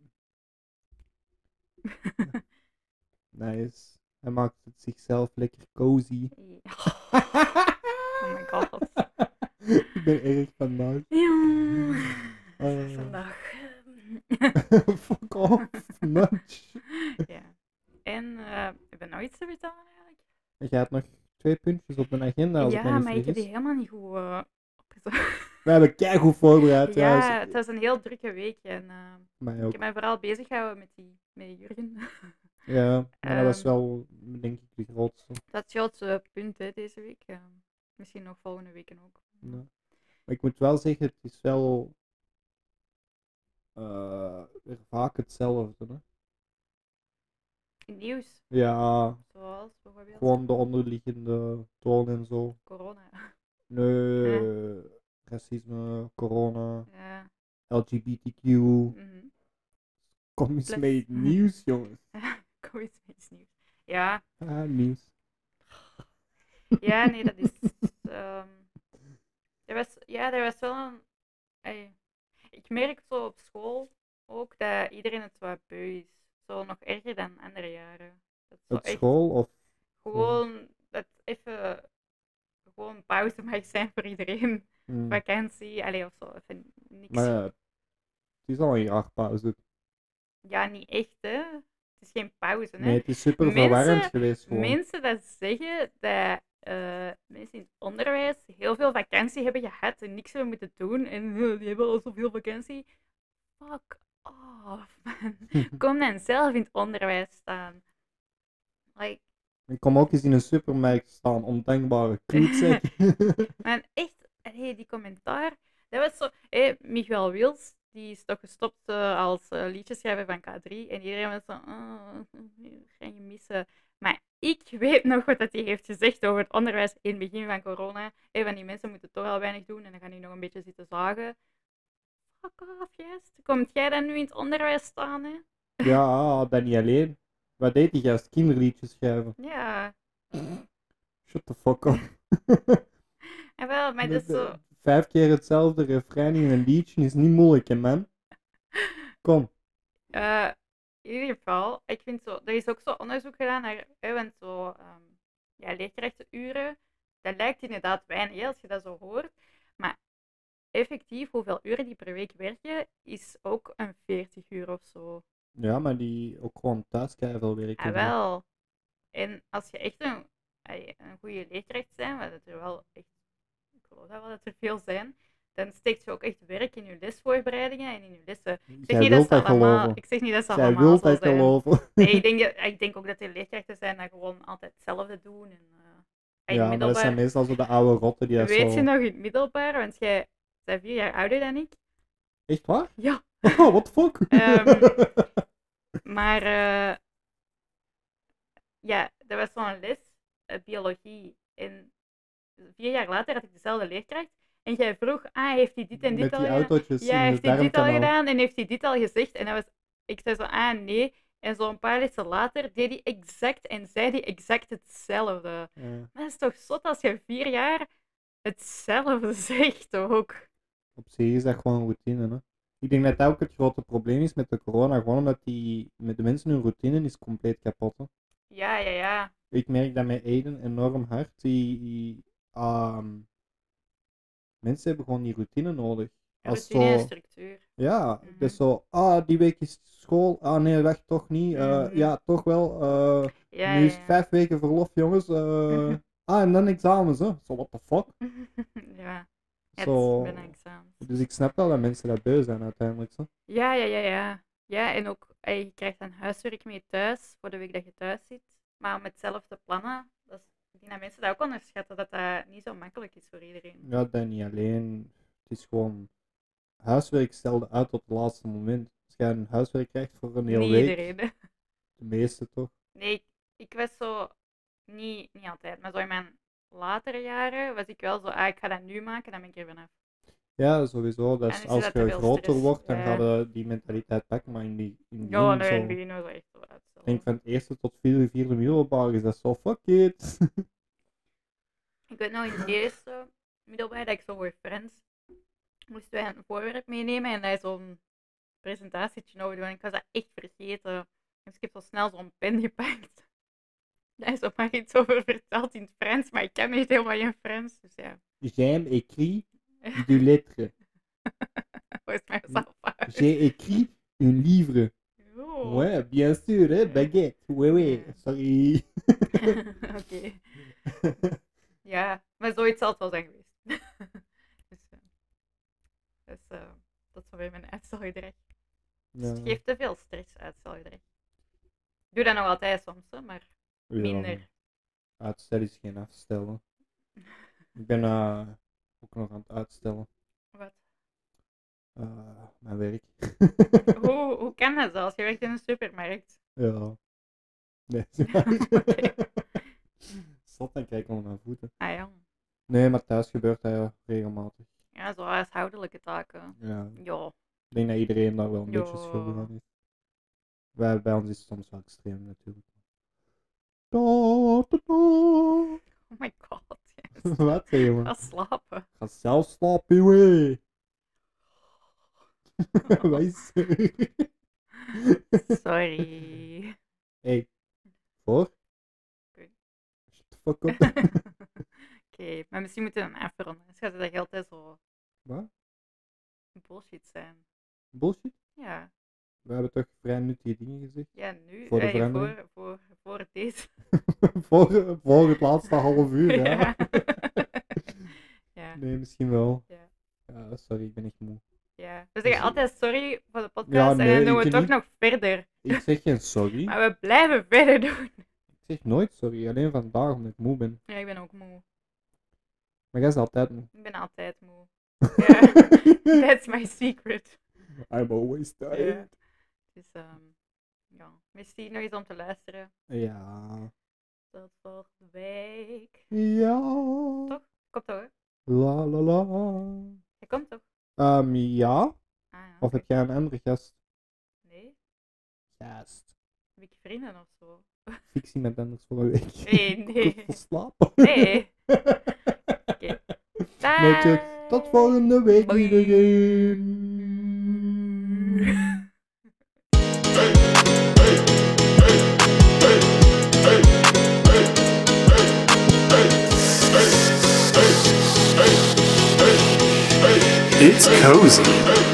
nice. Hij maakt het zichzelf lekker cozy. Ja. Oh my god. Ik ben erg vandaag. Ja. Eh. Vandaag. Fuck off, much. Ja. En uh, ik ben nog iets te vertellen eigenlijk. Je had nog twee puntjes op mijn agenda als ik me Ja, niet maar ik heb die vergis. helemaal niet goed uh, opgezocht. We hebben keigoed voorbereid. Ja, Ja, het was een heel drukke week en uh, mij ik ook. heb mij vooral bezig gehouden met, die, met Jurgen. Ja, maar dat was Ehm. wel, denk ik, de grootste. Dat is het grootste punt hè, deze week. Uh, misschien nog volgende weken ook. Ja. Maar ik moet wel zeggen, het is wel uh, weer vaak hetzelfde. Hè? Nieuws, Ja, zoals bijvoorbeeld gewoon de onderliggende toon en zo. corona. Nee, racisme, corona, Ja. L G B T Q. Mhm. Kom eens Plus- mee het nieuws, jongens. Kom eens met iets nieuws. Ja, Ah, nieuws. ja, nee, dat is. ehm er was, ja, er was wel een. ey, ik merk zo op school ook dat iedereen het wat beu is. Zo nog erger dan andere jaren. Dat zo Op echt school of... gewoon dat even gewoon pauze mag zijn voor iedereen. Hmm. Vakantie, allee, of zo, even niks. Maar ja, het is al een jaar pauze. Ja, niet echt, hè. Het is geen pauze, hè. Nee, het is super Mensen- verwarrend geweest gewoon. Mensen dat zeggen dat eh, mensen in het onderwijs heel veel vakantie hebben gehad en niks hebben moeten doen en eh, die hebben al zoveel vakantie. Fuck off, man. Kom dan zelf in het onderwijs staan. Like, Ik kom ook eens in een supermarkt staan, ondankbare kloetzak. man, echt, hey, die commentaar, dat was zo, hey, Miguel Wils, die is toch gestopt eh, als uh, liedjeschrijver van K drie en iedereen was zo, oh, ga je missen. Maar ik weet nog wat dat hij heeft gezegd over het onderwijs in het begin van corona. Hey, van die mensen moeten toch al weinig doen en dan gaan die nog een beetje zitten zagen. Fuck off, yes. Komt jij dan nu in het onderwijs staan, hè? Ja, dat niet alleen. Wat deed hij juist? Kinderliedjes schrijven. Ja. Shut the fuck up. En wel, maar dat is zo... Vijf keer hetzelfde refrein in een liedje is niet moeilijk, hè, man. Kom. Uh, in ieder geval, ik vind zo... Er is ook zo onderzoek gedaan naar... Hè, want zo... Um, ja, leerkrachtenuren... Dat lijkt inderdaad weinig, hè, als je dat zo hoort. Maar effectief, hoeveel uren die per week werken, is ook een veertig uur of zo. Ja, maar die ook gewoon thuis veel werken. Ah, wel. En als je echt een, een goede leerkracht bent, wat er wel echt, ik geloof dat wel dat er veel zijn, dan steekt je ook echt werk in je lesvoorbereidingen en in je lessen. Ik zeg, niet dat, ze allemaal, ik zeg niet dat ze Zij allemaal wilt zo dat zijn. geloven. Nee, ik denk, dat, ik denk ook dat er leerkrachten zijn die gewoon altijd hetzelfde doen. En, uh, ja, maar dat zijn meestal zo de oude rotten die dat Weet zo... je nog in het middelbaar, want jij bent vier jaar ouder dan ik. Echt waar? Ja. Oh, what the fuck? um, maar uh, ja, er was zo'n les, uh, biologie. En vier jaar later had ik dezelfde leerkracht. En jij vroeg, ah, heeft hij dit en dit Met al die gedaan? autootjes Ja, in heeft het hij dit al darmkanaal. gedaan en heeft hij dit al gezegd? En dat was, ik zei zo, ah, nee. En zo een paar lessen later deed hij exact en zei hij exact hetzelfde. Ja. Maar dat is toch zot als je vier jaar hetzelfde zegt ook. Op zich is dat gewoon routine, hè. Ik denk dat dat ook het grote probleem is met de corona. Gewoon omdat die, met de mensen hun routine is compleet kapot, hè. Ja, ja, ja. Ik merk dat met Aiden enorm hard. Die, die um, mensen hebben gewoon die routine nodig. Als Routine en zo, structuur. ja, Mhm. dus zo, ah, die week is school. Ah, nee, wacht, toch niet. Uh, Mhm. Ja, toch wel. Uh, Ja, nu is ja, het ja. vijf weken verlof, jongens. Uh, ah, en dan examens, hè. Zo, what the fuck. Ja, Zo, het ben examens. dus ik snap wel dat mensen dat beu zijn uiteindelijk, zo. Ja, ja, ja, ja. Ja, en ook, ey, je krijgt dan huiswerk mee thuis, voor de week dat je thuis zit. Maar om het zelf te plannen, dat is, ik denk dat mensen dat ook onderschatten, dat dat niet zo makkelijk is voor iedereen. Ja, dat niet alleen. Het is gewoon... Huiswerk stelde uit tot het laatste moment. Als jij een huiswerk krijgt voor een hele Niet week... iedereen, hè. De meeste toch? Nee, ik, ik was zo, niet, niet altijd, maar zo in mijn latere jaren was ik wel zo, ah, ik ga dat nu maken, dan ben ik er vanaf. Ja, sowieso. En Dus is als dat te je veel groter stress? wordt, dan Ja. ga je die mentaliteit pakken. Maar in die in die Ja, begin nee, in het zo... begin was dat echt zo Ik uitstellen. denk van het eerste tot vierde, vierde middelbaar is dat zo, fuck it. Ik weet nog in het eerste middelbaar dat ik zo voor Friends moesten wij een voorwerp meenemen en daar zo'n presentatietje over doen. En ik was dat echt vergeten. Dus ik heb zo snel zo'n pen gepakt. Daar is ook maar iets over verteld in het Frans, maar ik kan niet helemaal in Frans. Dus ja. J'aime écrit de lettre. Volgens mij was dat fout. J'ai écrit un livre. Oh. Ouais, bien sûr, hè, baguette. Ouais, ouais, Ja. sorry. Oké. Ja, maar zoiets zal het wel zijn geweest. dus uh, dus, uh, dat is wel weer mijn uitstelgedrag. Dus het Ja. geeft te veel stress, uitstelgedrag. Ik doe dat nog altijd soms, hè, maar minder. Ja, uitstel is geen afstellen. Ik ben uh, ook nog aan het uitstellen. Wat? Uh, mijn werk. hoe, hoe kan dat zelfs? Je werkt in een supermarkt. Ja. Nee. Oké. Zat dan kijken onder mijn voeten. Ah ja. Nee, maar thuis gebeurt dat ja, regelmatig. Ja, zo huishoudelijke taken. Ja. Ja. Ik denk dat iedereen daar wel een Ja. beetje schuldig aan is. Bij, bij ons is het soms wel extreem natuurlijk. Da, da, da. Oh my god. Yes. Wat zeg je, man? Ga slapen. Ga zelf slapen, jongen. Wat is er? Sorry. Hey, voor? Oké. Shut the fuck up. Oké, okay, maar misschien moeten we hem afronden. Dus gaat het echt altijd zo Wat? bullshit zijn. Bullshit? Ja. We hebben toch vrij nuttige dingen gezegd? Ja, nu. Voor de eh, verandering? voor, voor, voor deze. voor, voor het laatste half uur, ja. Ja. Ja. Nee, misschien wel. Ja. Ja, sorry, ik ben echt moe. Ja. We zeggen altijd sorry voor de podcast Ja, nee, en dan doen we ik toch niet. nog verder. Ik zeg geen sorry. Maar we blijven verder doen. Ik zeg nooit sorry, alleen vandaag omdat ik moe ben. Ja, ik ben ook moe. Maar jij is altijd moe. Ik ben altijd moe. Ja. That's my secret. I'm always Ja. tired. Dus, um, ja. Merci nog eens om te luisteren. Ja. Tot volgende week. Ja. Toch? Komt toch, hè? La la la. Hij komt toch? Um, ja. Ah. Of heb jij een andere gast? Nee? Gast. Heb ik vrienden of zo? Fictie met Denders voor een week. Nee, nee. Kort voor slapen. Nee. Oké. Netjes. Tot volgende week Bye. iedereen. It's cozy.